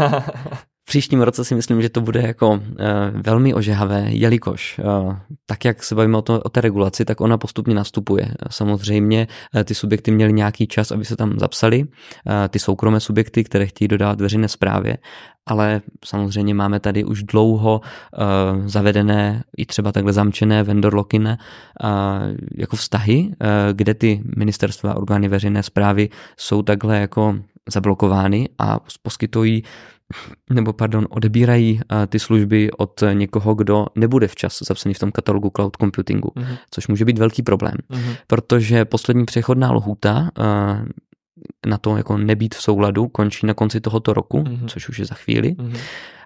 V příštím roce si myslím, že to bude jako uh, velmi ožehavé, jelikož uh, tak, jak se bavíme o, to, o té regulaci, tak ona postupně nastupuje. Samozřejmě uh, ty subjekty měly nějaký čas, aby se tam zapsali, uh, ty soukromé subjekty, které chtějí dodávat veřejné správě, ale samozřejmě máme tady už dlouho uh, zavedené i třeba takhle zamčené vendor lock-in uh, jako vztahy, uh, kde ty ministerstva a orgány veřejné správy jsou takhle jako zablokovány a poskytují nebo pardon, odebírají uh, ty služby od někoho, kdo nebude včas zapsaný v tom katalogu cloud computingu, mm-hmm. což může být velký problém, mm-hmm. protože poslední přechodná lhůta uh, na to jako nebýt v souladu končí na konci tohoto roku, mm-hmm. což už je za chvíli. Mm-hmm.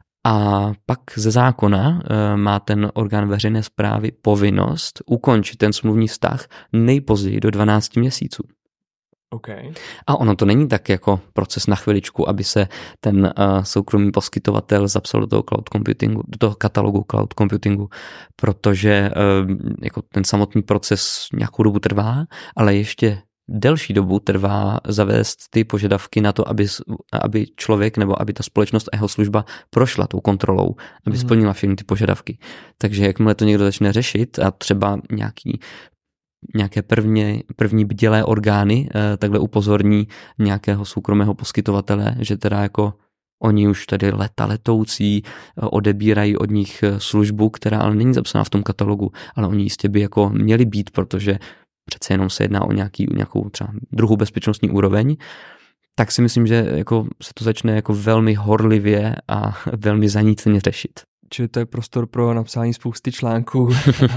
A pak ze zákona uh, má ten orgán veřejné správy povinnost ukončit ten smluvní vztah nejpozději do dvanácti měsíců. Okay. A ono to není tak jako proces na chviličku, aby se ten uh, soukromý poskytovatel zapsal do toho cloud computingu, do toho katalogu cloud computingu, protože uh, jako ten samotný proces nějakou dobu trvá, ale ještě delší dobu trvá zavést ty požadavky na to, aby, aby člověk nebo aby ta společnost a jeho služba prošla tou kontrolou, aby mm. splnila všechny ty požadavky. Takže jakmile to někdo začne řešit a třeba nějaký nějaké prvně, první bdělé orgány eh, takhle upozorní nějakého soukromého poskytovatele, že teda jako oni už tady leta letoucí eh, odebírají od nich službu, která ale není zapsaná v tom katalogu, ale oni jistě by jako měli být, protože přece jenom se jedná o nějaký, nějakou třeba druhou bezpečnostní úroveň, tak si myslím, že jako se to začne jako velmi horlivě a velmi zaníceně řešit. Čili to je prostor pro napsání spousty článků.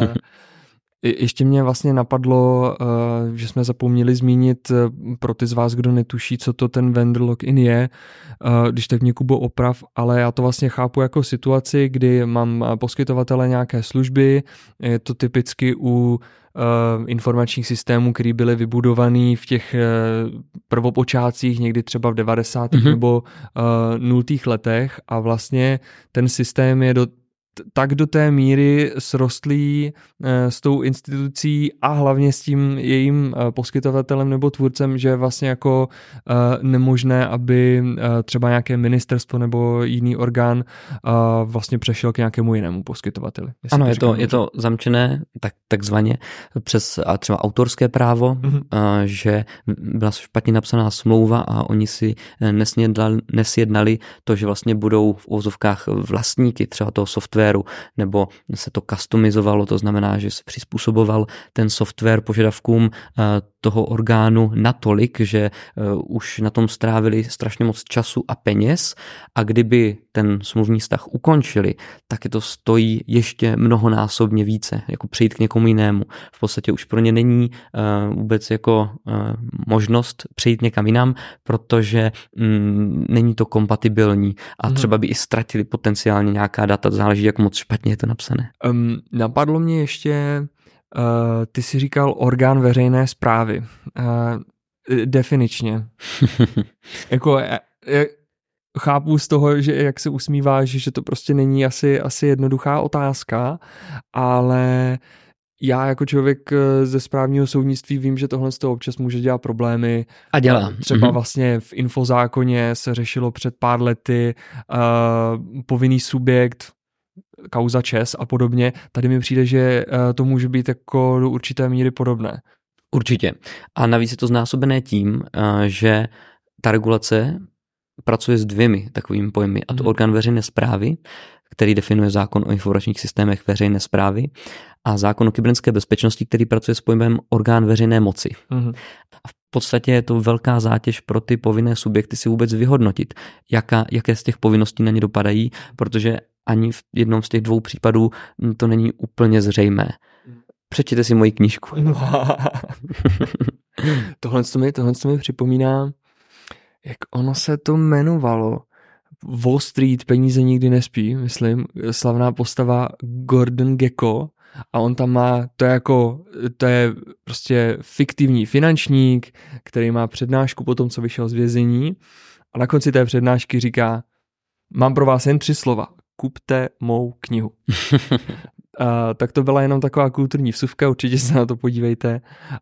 Ještě mě vlastně napadlo, že jsme zapomněli zmínit pro ty z vás, kdo netuší, co to ten vendor lock-in je, když tak mě, Kubo, oprav, ale já to vlastně chápu jako situaci, kdy mám poskytovatele nějaké služby, je to typicky u informačních systémů, které byly vybudovaný v těch prvopočátcích, někdy třeba v devadesátých mm-hmm. nebo nultých letech a vlastně ten systém je do tak do té míry srostlý s tou institucí a hlavně s tím jejím poskytovatelem nebo tvůrcem, že je vlastně jako nemožné, aby třeba nějaké ministerstvo nebo jiný orgán vlastně přešel k nějakému jinému poskytovateli. Ano, je to, je to zamčené tak, takzvaně přes třeba autorské právo, mm-hmm. že byla špatně napsaná smlouva a oni si nesjednali, nesjednali to, že vlastně budou v uvozovkách vlastníky třeba toho softwaru, nebo se to customizovalo, to znamená, že se přizpůsoboval ten software požadavkům toho orgánu natolik, že už na tom strávili strašně moc času a peněz a kdyby ten smluvní vztah ukončili, tak je to stojí ještě mnohonásobně více, jako přejít k někomu jinému. V podstatě už pro ně není uh, vůbec jako uh, možnost přejít někam jinam, protože um, není to kompatibilní a hmm. třeba by i ztratili potenciálně nějaká data, záleží, jak moc špatně je to napsané. Um, napadlo mě ještě, uh, ty jsi říkal orgán veřejné správy. Uh, definičně. jako je, je, chápu z toho, že jak se usmíváš, že to prostě není asi, asi jednoduchá otázka, ale já jako člověk ze správního soudnictví vím, že tohle z toho občas může dělat problémy. A dělá. Třeba mm-hmm. vlastně v infozákoně se řešilo před pár lety uh, povinný subjekt, kauza ČES a podobně. Tady mi přijde, že uh, to může být jako do určité míry podobné. Určitě. A navíc je to znásobené tím, uh, že ta regulace pracuje s dvěmi takovými pojmy, a to mm. orgán veřejné správy, který definuje zákon o informačních systémech veřejné správy, a zákon o kybernetické bezpečnosti, který pracuje s pojmem orgán veřejné moci. Mm. A v podstatě je to velká zátěž pro ty povinné subjekty si vůbec vyhodnotit, jaká, jaké z těch povinností na ně dopadají, protože ani v jednom z těch dvou případů to není úplně zřejmé. Přečtěte si moji knížku. tohle to mi, tohle to mi připomíná, jak ono se to jmenovalo. Wall Street, peníze nikdy nespí, myslím, slavná postava Gordon Gekko, a on tam má, to je jako, to je prostě fiktivní finančník, který má přednášku po tom, co vyšel z vězení, a na konci té přednášky říká: mám pro vás jen tři slova, kupte mou knihu. A tak to byla jenom taková kulturní vsuvka, určitě se na to podívejte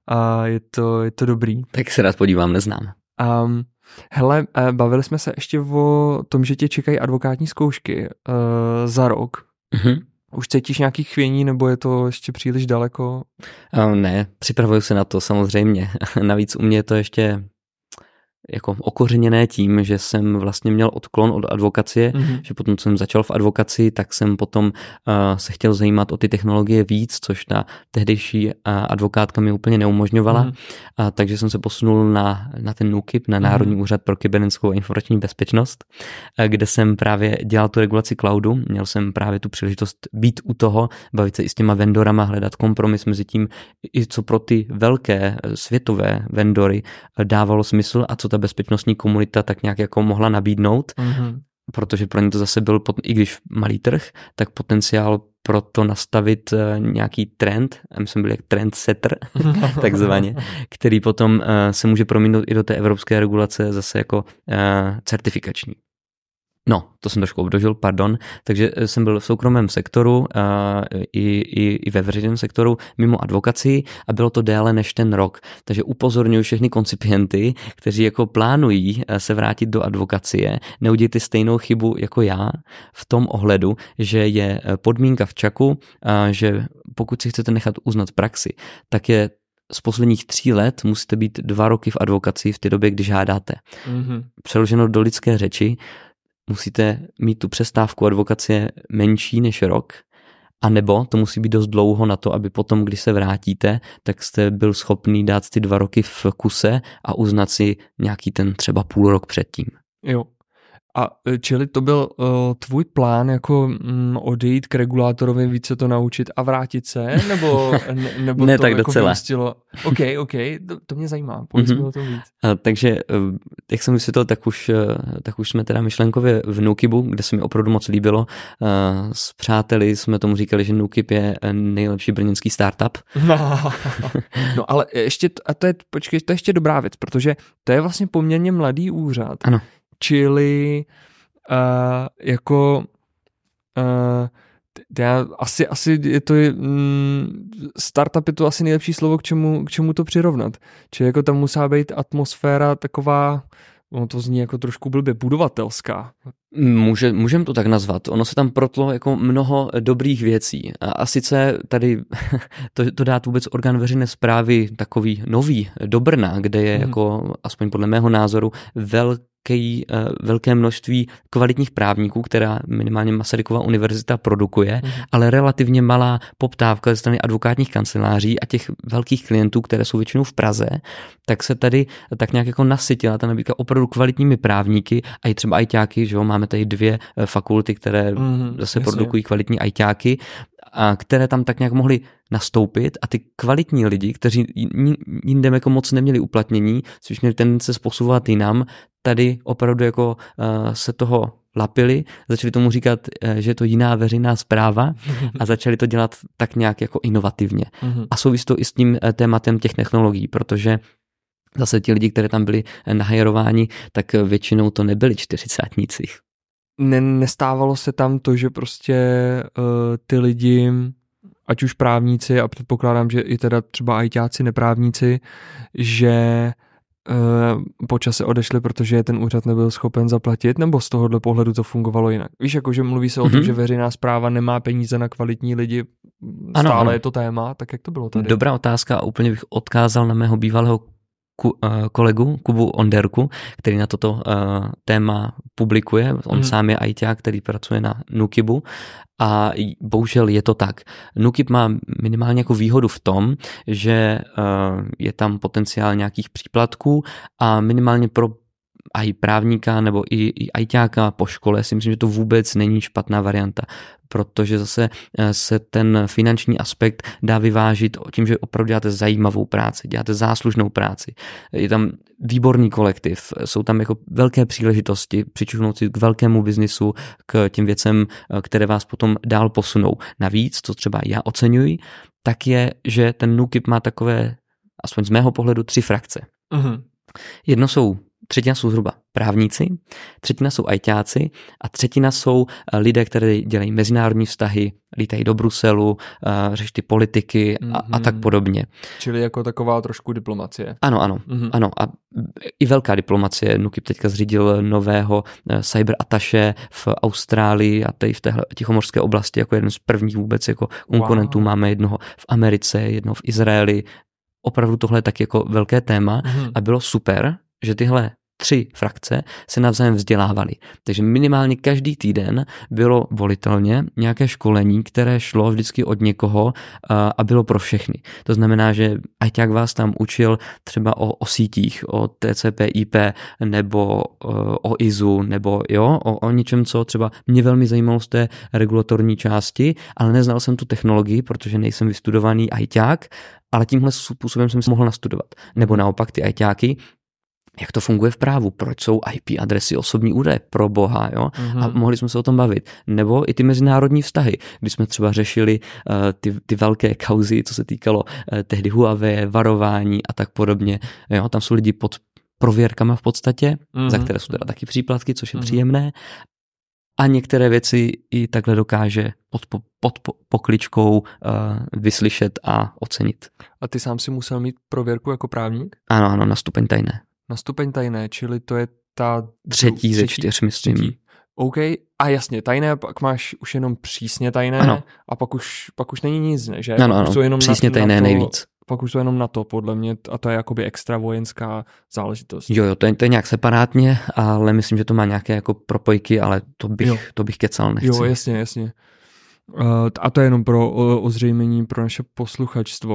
a je to, je to dobrý. Tak se rád podívám, neznám. Um, hele, bavili jsme se ještě o tom, že tě čekají advokátní zkoušky uh, za rok. Mm-hmm. Už cítíš nějaký chvění, nebo je to ještě příliš daleko? Uh, ne, připravuju se na to samozřejmě. Navíc u mě je to ještě jako okořeněné tím, že jsem vlastně měl odklon od advokacie, mm-hmm. že potom, co jsem začal v advokaci, tak jsem potom uh, se chtěl zajímat o ty technologie víc, což ta tehdejší uh, advokátka mi úplně neumožňovala, mm-hmm. uh, takže jsem se posunul na, na ten NÚKIB, na Národní mm-hmm. úřad pro kybernetickou a informační bezpečnost, uh, kde jsem právě dělal tu regulaci cloudu, měl jsem právě tu příležitost být u toho, bavit se i s těma vendorama, hledat kompromis mezi tím, i co pro ty velké světové vendory uh, dávalo smysl a co ta bezpečnostní komunita tak nějak jako mohla nabídnout, mm-hmm. protože pro ně to zase byl, i když malý trh, tak potenciál pro to nastavit nějaký trend, my jsme byli jak trendsetter, takzvaně, který potom se může promítnout i do té evropské regulace zase jako certifikační. No, to jsem trošku obdožil, pardon. Takže jsem byl v soukromém sektoru uh, i, i, i ve veřejném sektoru mimo advokacii a bylo to déle než ten rok. Takže upozorňuji všechny koncipienty, kteří jako plánují se vrátit do advokacie, neudějte stejnou chybu jako já v tom ohledu, že je podmínka v čaku, uh, že pokud si chcete nechat uznat praxi, tak je z posledních tří let musíte být dva roky v advokacii v té době, kdy žádáte. Mm-hmm. Přeloženo do lidské řeči, musíte mít tu přestávku advokacie menší než rok, a nebo to musí být dost dlouho na to, aby potom, když se vrátíte, tak jste byl schopný dát ty dva roky v kuse a uznat si nějaký ten třeba půl rok předtím. Jo. A čili to byl uh, tvůj plán jako mm, odejít k regulátorovi, víc se to naučit a vrátit se? Nebo, ne, nebo ne, to tak jako docela. Vymstilo? OK, OK, to, to mě zajímá, pojď mm-hmm. mi o tom víc. A, takže, jak jsem vysvětlil, tak už, tak už jsme teda myšlenkově v NÚKIBu, kde se mi opravdu moc líbilo. S přáteli jsme tomu říkali, že NÚKIB je nejlepší brněnský startup. No, no ale ještě, a to je, počkej, to je ještě dobrá věc, protože to je vlastně poměrně mladý úřad. Ano. Čili uh, jako uh, já, asi, asi je to mm, startup je to asi nejlepší slovo, k čemu, k čemu to přirovnat. Čili jako tam musí být atmosféra taková, ono to zní jako trošku blbě, budovatelská. Může, můžeme to tak nazvat. Ono se tam protlo jako mnoho dobrých věcí. A, a sice tady to, to dát vůbec orgán veřejné správy takový nový do Brna, kde je mm. jako, aspoň podle mého názoru, velký velké množství kvalitních právníků, která minimálně Masarykova univerzita produkuje, mm. ale relativně malá poptávka ze strany advokátních kanceláří a těch velkých klientů, které jsou většinou v Praze, tak se tady tak nějak jako nasytila ta nabídka opravdu kvalitními právníky a i třeba ajťáky, že jo, máme tady dvě fakulty, které mm, zase jasně. produkují kvalitní ajťáky, a které tam tak nějak mohli nastoupit a ty kvalitní lidi, kteří jinde jako moc neměli uplatnění, což měli tendence posouvat jinam, tady opravdu jako uh, se toho lapili, začali tomu říkat, uh, že je to jiná veřejná správa a začali to dělat tak nějak jako inovativně. A souvisí to i s tím uh, tématem těch technologií, protože zase ti lidi, kteří tam byli nahajerováni, tak většinou to nebyli čtyřicátníci. Ne, nestávalo se tam to, že prostě uh, ty lidi, ať už právníci a předpokládám, že i teda třeba ajťáci, neprávníci, že uh, po čase odešli, protože ten úřad nebyl schopen zaplatit, nebo z tohohle pohledu to fungovalo jinak? Víš, jakože mluví se o mm-hmm. tom, že veřejná správa nemá peníze na kvalitní lidi, stále ano, ano. je to téma, tak jak to bylo tady? Dobrá otázka a úplně bych odkázal na mého bývalého kolegu Kubu Onderku, který na toto uh, téma publikuje. On hmm. sám je ajťák, který pracuje na Nukibu a bohužel je to tak. Nukib má minimálně jako výhodu v tom, že uh, je tam potenciál nějakých příplatků a minimálně pro a i právníka nebo i, i ajťáka po škole si myslím, že to vůbec není špatná varianta, protože zase se ten finanční aspekt dá vyvážit tím, že opravdu děláte zajímavou práci, děláte záslužnou práci. Je tam výborný kolektiv, jsou tam jako velké příležitosti přičuhnout si k velkému biznisu, k těm věcem, které vás potom dál posunou. Navíc, co třeba já oceňuji, tak je, že ten Nukib má takové, aspoň z mého pohledu, tři frakce. Uh-huh. Jedno jsou Třetina jsou zhruba právníci, třetina jsou ajťáci a třetina jsou lidé, kteří dělají mezinárodní vztahy, lítají do Bruselu, řeší ty politiky a, mm-hmm. a tak podobně. Čili jako taková trošku diplomacie. Ano, ano, mm-hmm. ano a i velká diplomacie. Nukib teďka zřídil nového cyber attaché v Austrálii a tady v téhle tichomorské oblasti jako jeden z prvních vůbec jako konkurentů. Wow. Máme jednoho v Americe, jednoho v Izraeli. Opravdu tohle je taky jako velké téma mm-hmm. a bylo super, že tyhle tři frakce se navzájem vzdělávaly. Takže minimálně každý týden bylo volitelně nějaké školení, které šlo vždycky od někoho a bylo pro všechny. To znamená, že ajťák vás tam učil třeba o, o sítích, o T C P I P nebo o I S U, nebo jo, o, o něčem, co třeba mě velmi zajímalo z té regulatorní části, ale neznal jsem tu technologii, protože nejsem vystudovaný ajťák, ale tímhle způsobem jsem si mohl nastudovat. Nebo naopak ty ajťáky, jak to funguje v právu, proč jsou I P adresy osobní údaje, pro boha, jo? Mm-hmm. A mohli jsme se o tom bavit. Nebo i ty mezinárodní vztahy, kdy jsme třeba řešili uh, ty, ty velké kauzy, co se týkalo uh, tehdy Huawei, varování a tak podobně. Jo? Tam jsou lidi pod prověrkama v podstatě, mm-hmm. za které jsou teda taky příplatky, což je mm-hmm. příjemné. A některé věci i takhle dokáže pod, pod, pod pokličkou uh, vyslyšet a ocenit. A ty sám si musel mít prověrku jako právník? Ano, ano, na stupeň tajné. Na stupeň tajné, čili to je ta... Třetí ze čtyř, myslím. Třetí. OK, a jasně, tajné, pak máš už jenom přísně tajné ano. a pak už, pak už není nic, ne, že? Ano, ano, jenom přísně na, tajné na to, nejvíc. Pak už to jenom na to, podle mě, a to je jakoby extra vojenská záležitost. Jo, jo, to je, to je nějak separátně, ale myslím, že to má nějaké jako propojky, ale to bych, to bych kecal, nechci. Jo, jasně, jasně. Uh, a to je jenom pro o, ozřejmení pro naše posluchačstvo.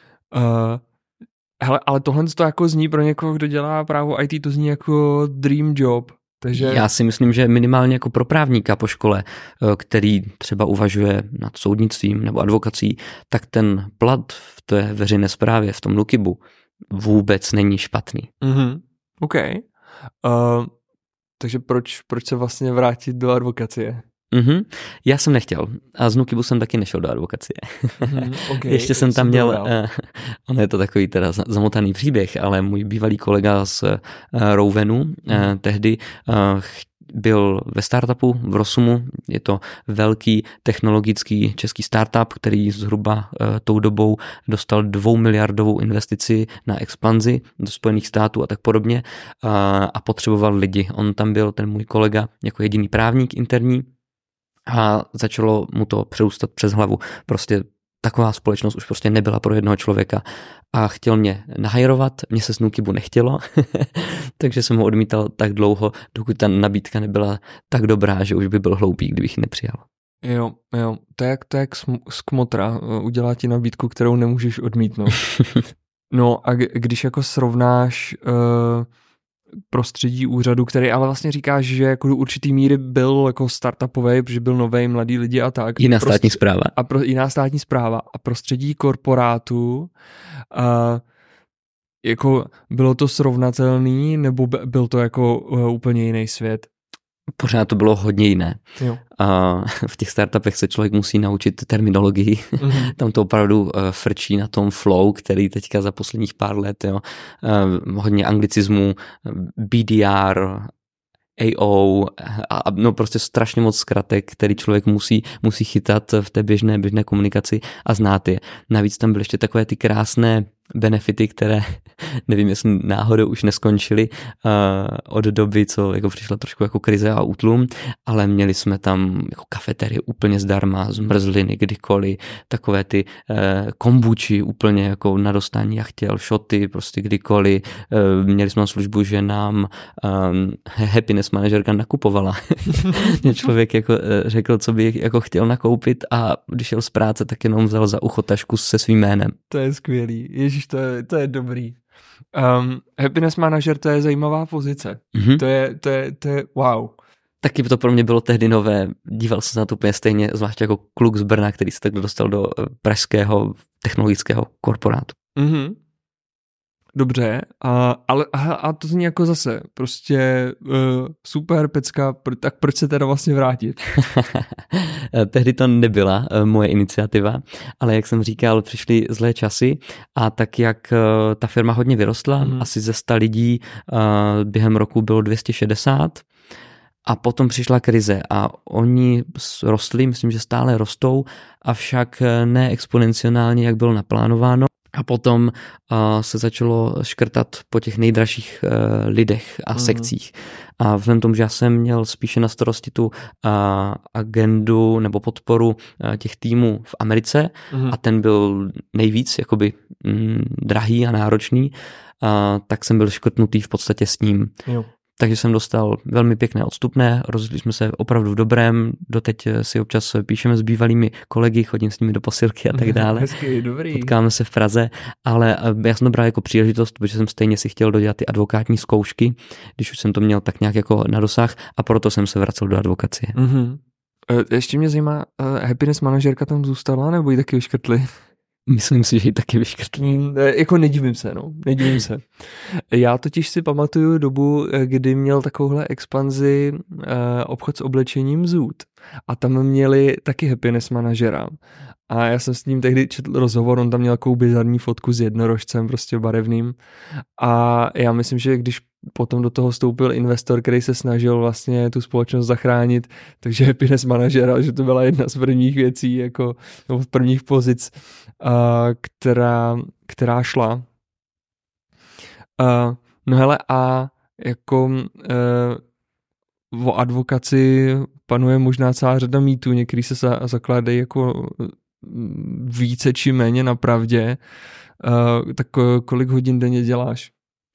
Uh, Hele, ale tohle to jako zní pro někoho, kdo dělá právo I T, to zní jako dream job. Takže... Já si myslím, že minimálně jako pro právníka po škole, který třeba uvažuje nad soudnictvím nebo advokací, tak ten plat v té veřejné správě, v tom Nukibu, vůbec není špatný. Mm-hmm. OK. Uh, takže proč, proč se vlastně vrátit do advokacie? Mm-hmm. Já jsem nechtěl a z Nukibu jsem taky nešel do advokacie. Mm, okay, Ještě jsem tam měl, uh, ono je to takový teda zamotaný příběh, ale můj bývalý kolega z uh, Rouvenu mm. uh, tehdy uh, byl ve startupu v Rosumu, je to velký technologický český startup, který zhruba uh, tou dobou dostal dvoumiliardovou investici na expanzi do Spojených států a tak podobně uh, a potřeboval lidi. On tam byl, ten můj kolega, jako jediný právník interní, a začalo mu to přerůstat přes hlavu. Prostě taková společnost už prostě nebyla pro jednoho člověka a chtěl mě nahajrovat, mě se z Nukibu nechtělo, takže jsem ho odmítal tak dlouho, dokud ta nabídka nebyla tak dobrá, že už by byl hloupý, kdybych ji nepřijal. Jo, jo, to je jak, to je jak z kmotra, udělá ti nabídku, kterou nemůžeš odmítnout. No a když jako srovnáš uh, prostředí úřadu, který ale vlastně říkáš, že jako do určitý míry byl jako startupový, protože byl novej, mladý lidi a tak. Jiná státní prostř... správa. A pro... jiná státní správa a prostředí korporátu a jako bylo to srovnatelný, nebo byl to jako uh, úplně jiný svět? Pořád to bylo hodně jiné. Jo. A v těch startupech se člověk musí naučit terminologii. Mm-hmm. Tam to opravdu uh, frčí na tom flow, který teďka za posledních pár let, jo, uh, hodně anglicismů, B D R, A O a no prostě strašně moc zkratek, který člověk musí, musí chytat v té běžné, běžné komunikaci a znát je. Navíc tam byly ještě takové ty krásné benefity, které nevím, jestli náhodou už neskončily uh, od doby, co jako přišla trošku jako krize a útlum, ale měli jsme tam jako kafeterie úplně zdarma, zmrzliny kdykoliv, takové ty uh, kombuči úplně jako na dostání, jak chtěl, šoty prostě kdykoliv. Uh, měli jsme službu, že nám um, happiness manažerka nakupovala. Mě člověk jako uh, řekl, co by jako chtěl nakoupit a když šel z práce, tak jenom vzal za ucho tašku se svým jménem. To je skvělý. Ježíš, to je, to je dobrý. Um, happiness manager, to je zajímavá pozice. Mm-hmm. To je, to je, to je wow. Taky to pro mě bylo tehdy nové. Díval jsem se na to úplně stejně, zvláště jako kluk z Brna, který se tak dostal do pražského technologického korporátu. Mm-hmm. Dobře, a, ale a, a to zní jako zase prostě uh, super pecka, tak proč se teda vlastně vrátit? Tehdy to nebyla uh, moje iniciativa, ale jak jsem říkal, přišly zlé časy a tak jak uh, ta firma hodně vyrostla, mm. asi ze sta lidí uh, během roku bylo dvě stě šedesát a potom přišla krize a oni rostli, myslím, že stále rostou, avšak ne exponenciálně, jak bylo naplánováno. A potom uh, se začalo škrtat po těch nejdražších uh, lidech a mm. sekcích. A vzhledem tomu, že já jsem měl spíše na starosti tu uh, agendu nebo podporu uh, těch týmů v Americe mm. a ten byl nejvíc jakoby mm, drahý a náročný, uh, tak jsem byl škrtnutý v podstatě s ním. Jo. Takže jsem dostal velmi pěkné odstupné, rozhodli jsme se opravdu v dobrém, doteď si občas píšeme s bývalými kolegy, chodím s nimi do posilky a tak dále. Hezky, dobrý. Potkáme se v Praze, ale já jsem to bral jako příležitost, protože jsem stejně si chtěl dodělat ty advokátní zkoušky, když už jsem to měl tak nějak jako na dosah a proto jsem se vracel do advokacie. Mm-hmm. Ještě mě zajímá, happiness manažerka tam zůstala nebo ji taky vyškrtli? Myslím si, že ji taky vyškrtli. Mm, jako nedivím se, no. Nedivím se. Já totiž si pamatuju dobu, kdy měl takovouhle expanzi uh, obchod s oblečením Zoot. A tam měli taky happiness manažera. A já jsem s ním tehdy četl rozhovor, on tam měl takovou bizarní fotku s jednorožcem, prostě barevným. A já myslím, že když potom do toho vstoupil investor, který se snažil vlastně tu společnost zachránit, takže happiness manažera, že to byla jedna z prvních věcí, jako nebo z prvních pozic, uh, která, která šla. Uh, no hele, a jako uh, o advokaci panuje možná celá řada mýtů, některý se za, zakládají jako více či méně na pravdě. Uh, tak kolik hodin denně děláš?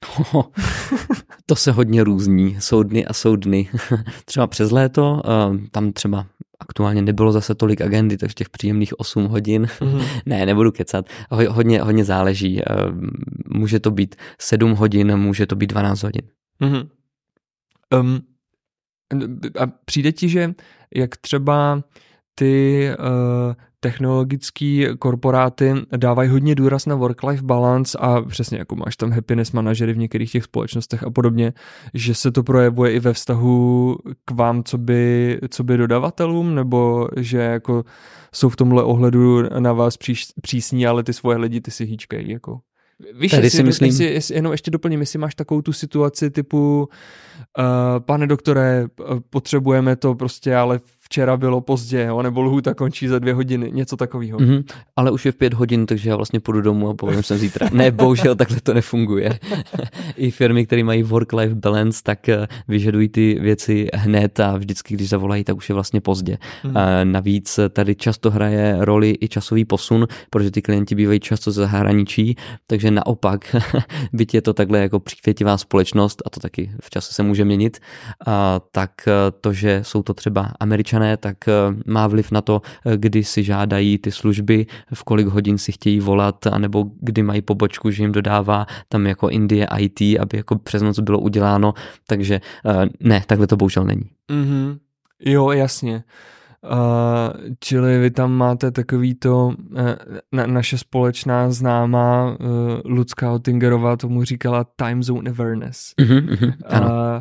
To se hodně různí, jsou dny a jsou dny. Třeba přes léto, tam třeba aktuálně nebylo zase tolik agendy, takže těch příjemných osm hodin. Mm-hmm. Ne, nebudu kecat. Hodně, hodně záleží. Může to být sedm hodin, může to být dvanáct hodin. Mm-hmm. Um, a přijde ti, že jak třeba ty uh, technologické korporáty dávají hodně důraz na work-life balance a přesně jako máš tam happiness manažery v některých těch společnostech a podobně, že se to projevuje i ve vztahu k vám, co by, co by dodavatelům, nebo že jako jsou v tomhle ohledu na vás příš, přísní, ale ty svoje lidi ty si hýčkají jako. Víš, Tady jestli, si myslím... jestli, jestli, jenom ještě doplním, jestli máš takovou tu situaci typu uh, pane doktore, potřebujeme to prostě, ale včera bylo pozdě, jo, nebo lhůta končí za dvě hodiny, něco takového. Mm-hmm, ale už je v pět hodin, takže já vlastně půjdu domů a povím sem zítra. Ne, bohužel takhle to nefunguje. I firmy, které mají work-life balance, tak vyžadují ty věci hned a vždycky, když zavolají, tak už je vlastně pozdě. Mm. A navíc tady často hraje roli i časový posun, protože ty klienti bývají často ze zahraničí, takže naopak, byť je to takhle jako přívětivá společnost, a to taky v čase se může měnit, a tak to, že jsou to třeba Američané, tak má vliv na to, kdy si žádají ty služby, v kolik hodin si chtějí volat, anebo kdy mají pobočku, že jim dodává tam jako Indie í té, aby jako přes noc bylo uděláno, takže ne, takhle to bohužel není. Mm-hmm. Jo, jasně. Uh, čili vy tam máte takový to, uh, na, naše společná známá uh, Lucka Oettingerová tomu říkala time zone awareness. Mm-hmm, ano. Uh,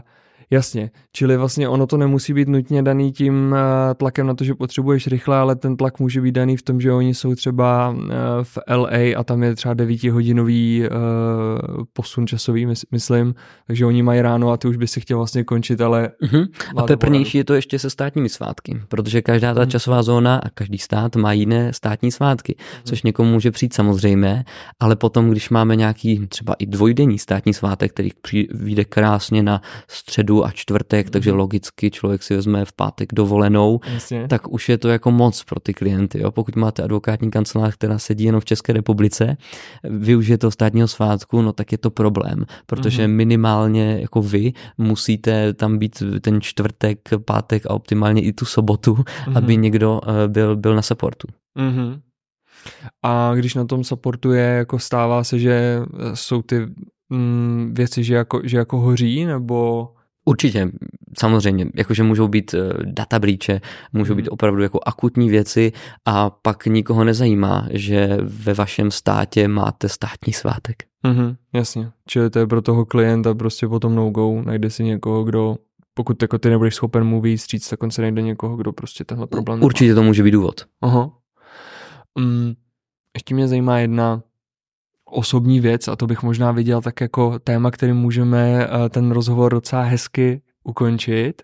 Jasně, čili vlastně ono to nemusí být nutně daný tím tlakem na to, že potřebuješ rychle, ale ten tlak může být daný v tom, že oni jsou třeba v L A a tam je třeba devítihodinový posun časový, myslím, takže oni mají ráno a ty už by si chtěl vlastně končit, ale... Uh-huh. A peprnější je to ještě se státními svátky, protože každá ta uh-huh. časová zóna a každý stát má jiné státní svátky, uh-huh. což někomu může přijít samozřejmé, ale potom, když máme nějaký třeba i dvojdenní státní svátek, který vyjde krásně na středu a čtvrtek, takže logicky člověk si vezme v pátek dovolenou, Jasně. tak už je to jako moc pro ty klienty. Jo? Pokud máte advokátní kancelář, která sedí jenom v České republice, využije toho státního svátku, no tak je to problém, protože mm-hmm. minimálně jako vy musíte tam být ten čtvrtek, pátek a optimálně i tu sobotu, mm-hmm. aby někdo byl, byl na supportu. Mm-hmm. A když na tom supportu je, jako stává se, že jsou ty mm, věci, že jako, že jako hoří, nebo... Určitě, samozřejmě, jakože můžou být data breache, můžou být opravdu jako akutní věci a pak nikoho nezajímá, že ve vašem státě máte státní svátek. Mhm, jasně, čili to je pro toho klienta prostě potom no-go, najde si někoho, kdo, pokud jako ty nebudeš schopen mu vyjít vstříc, tak on se najde někoho, kdo prostě tenhle problém nemá. Určitě to může být důvod. Aha. Um, ještě mě zajímá jedna osobní věc a to bych možná viděl tak jako téma, kterým můžeme ten rozhovor docela hezky ukončit.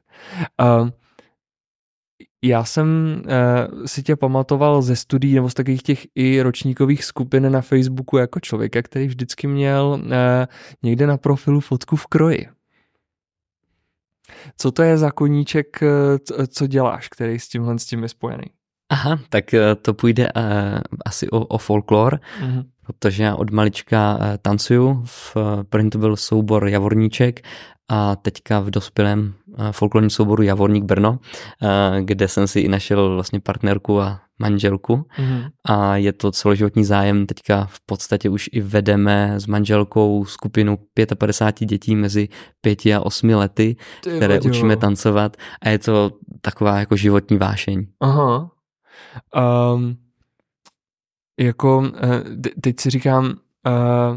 Já jsem si tě pamatoval ze studií nebo z takových těch i ročníkových skupin na Facebooku jako člověka, který vždycky měl někde na profilu fotku v kroji. Co to je za koníček, co děláš, který s tímhle s tím je spojený? Aha, tak to půjde uh, asi o, o folklor, mm-hmm. protože já od malička uh, tancuju, v, první to byl soubor Javorníček a teďka v dospělém uh, folklorním souboru Javorník Brno, uh, kde jsem si i našel vlastně partnerku a manželku mm-hmm. a je to celoživotní zájem, teďka v podstatě už i vedeme s manželkou skupinu padesát pět dětí mezi pěti a osmi lety, Ty které vadilo. Učíme tancovat a je to taková jako životní vášeň. Aha. Um, jako teď si říkám, uh,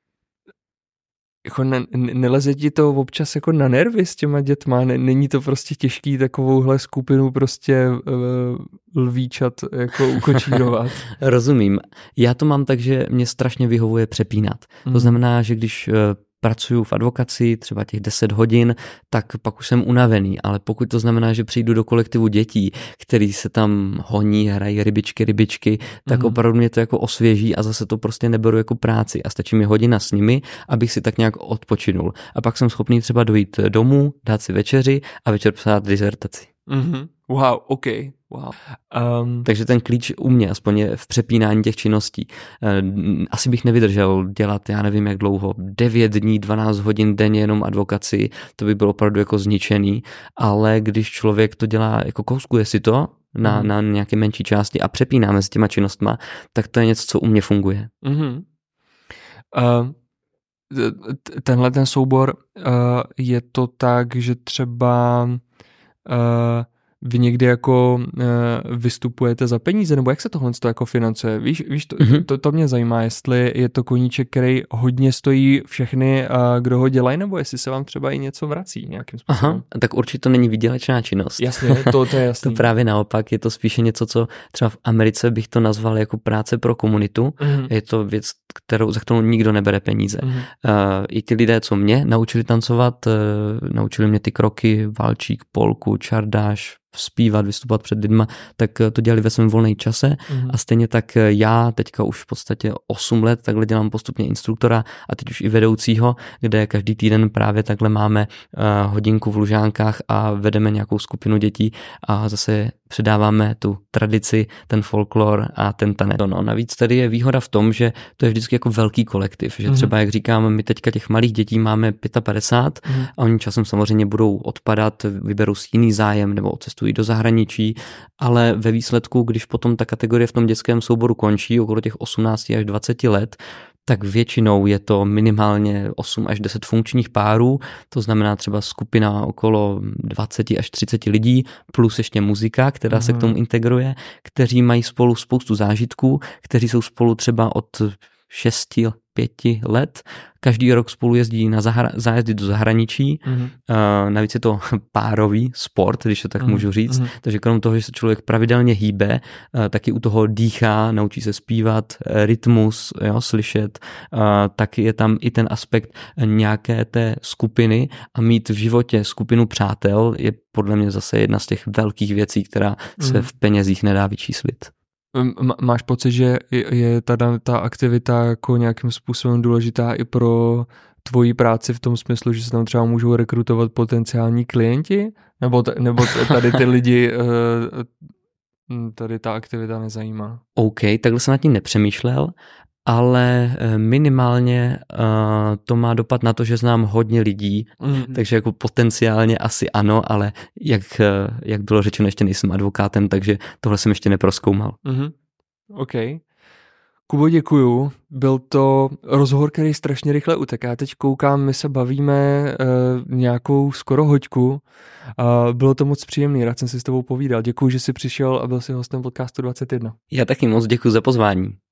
jako ne, neleze ti to občas jako na nervy s těma dětma, není to prostě těžký takovouhle skupinu prostě uh, lvíčat jako ukočírovat? Rozumím. Já to mám tak, že mě strašně vyhovuje přepínat. Hmm. To znamená, že když uh, pracuju v advokaci třeba těch deset hodin, tak pak už jsem unavený, ale pokud to znamená, že přijdu do kolektivu dětí, který se tam honí, hrají rybičky, rybičky, tak mm. opravdu mě to jako osvěží a zase to prostě neberu jako práci a stačí mi hodina s nimi, abych si tak nějak odpočinul. A pak jsem schopný třeba dojít domů, dát si večeři a večer psát dizertaci. Mm-hmm. Wow, ok. Wow. Um... Takže ten klíč u mě aspoň je v přepínání těch činností. Asi bych nevydržel dělat, já nevím jak dlouho, devět dní, dvanáct hodin denně jenom advokaci, to by bylo opravdu jako zničený, ale když člověk to dělá, jako kouskuje si to na, mm. na nějaké menší části a přepínáme s těma činnostma, tak to je něco, co u mě funguje. Mm-hmm. Uh... Tenhle ten soubor, uh, je to tak, že třeba uh, vy někdy jako uh, vystupujete za peníze, nebo jak se tohle jako financuje? Víš, víš to, mm-hmm. to, to mě zajímá, jestli je to koníček, který hodně stojí všechny, uh, kdo ho dělají, nebo jestli se vám třeba i něco vrací nějakým způsobem. Aha, tak určitě to není výdělečná činnost. Jasně, to, to je jasný. To právě naopak, je to spíše něco, co třeba v Americe bych to nazval jako práce pro komunitu. Mm-hmm. Je to věc, kterou, za kterou nikdo nebere peníze. Mm-hmm. Uh, I ty lidé, co mě naučili tancovat, uh, naučili mě ty kroky, valčík, polku, čardáš, zpívat, vystupovat před lidma, tak to dělali ve svém volném čase mm-hmm. a stejně tak já teďka už v podstatě osm let takhle dělám postupně instruktora a teď už i vedoucího, kde každý týden právě takhle máme uh, hodinku v Lužánkách a vedeme nějakou skupinu dětí a zase předáváme tu tradici, ten folklor a ten tanec. No, navíc tady je výhoda v tom, že to je vždycky jako velký kolektiv, že třeba, jak říkám, my teďka těch malých dětí máme padesát pět mm. a oni časem samozřejmě budou odpadat, vyberou si jiný zájem nebo cestují do zahraničí, ale ve výsledku, když potom ta kategorie v tom dětském souboru končí okolo těch osmnáct až dvacet let, tak většinou je to minimálně osm až deset funkčních párů, to znamená třeba skupina okolo dvacet až třicet lidí, plus ještě muzika, která se k tomu integruje, kteří mají spolu spoustu zážitků, kteří jsou spolu třeba od šesti, pěti let. Každý rok spolu jezdí na zahra- zájezdy do zahraničí. Mm-hmm. Uh, navíc je to párový sport, když to tak mm-hmm. můžu říct. Mm-hmm. Takže krom toho, že se člověk pravidelně hýbe, uh, taky u toho dýchá, naučí se zpívat, rytmus, jo, slyšet, uh, tak je tam i ten aspekt nějaké té skupiny a mít v životě skupinu přátel je podle mě zase jedna z těch velkých věcí, která mm-hmm. se v penězích nedá vyčíslit. Máš pocit, že je ta, ta aktivita jako nějakým způsobem důležitá i pro tvoji práci v tom smyslu, že se tam třeba můžou rekrutovat potenciální klienti? Nebo, t- nebo tady ty lidi, tady ta aktivita nezajímá? OK, takhle jsem nad tím nepřemýšlel, ale minimálně uh, to má dopad na to, že znám hodně lidí, mm. takže jako potenciálně asi ano, ale jak, jak bylo řečeno, ještě nejsem advokátem, takže tohle jsem ještě neprozkoumal. Mm-hmm. OK. Kubo, děkuju. Byl to rozhovor, který strašně rychle utek. Já teď koukám, my se bavíme uh, nějakou skoro hoďku. Uh, bylo to moc příjemný, rád jsem si s tebou povídal. Děkuju, že jsi přišel a byl jsi hostem podcastu dvacet jedna. Já taky moc děkuju za pozvání.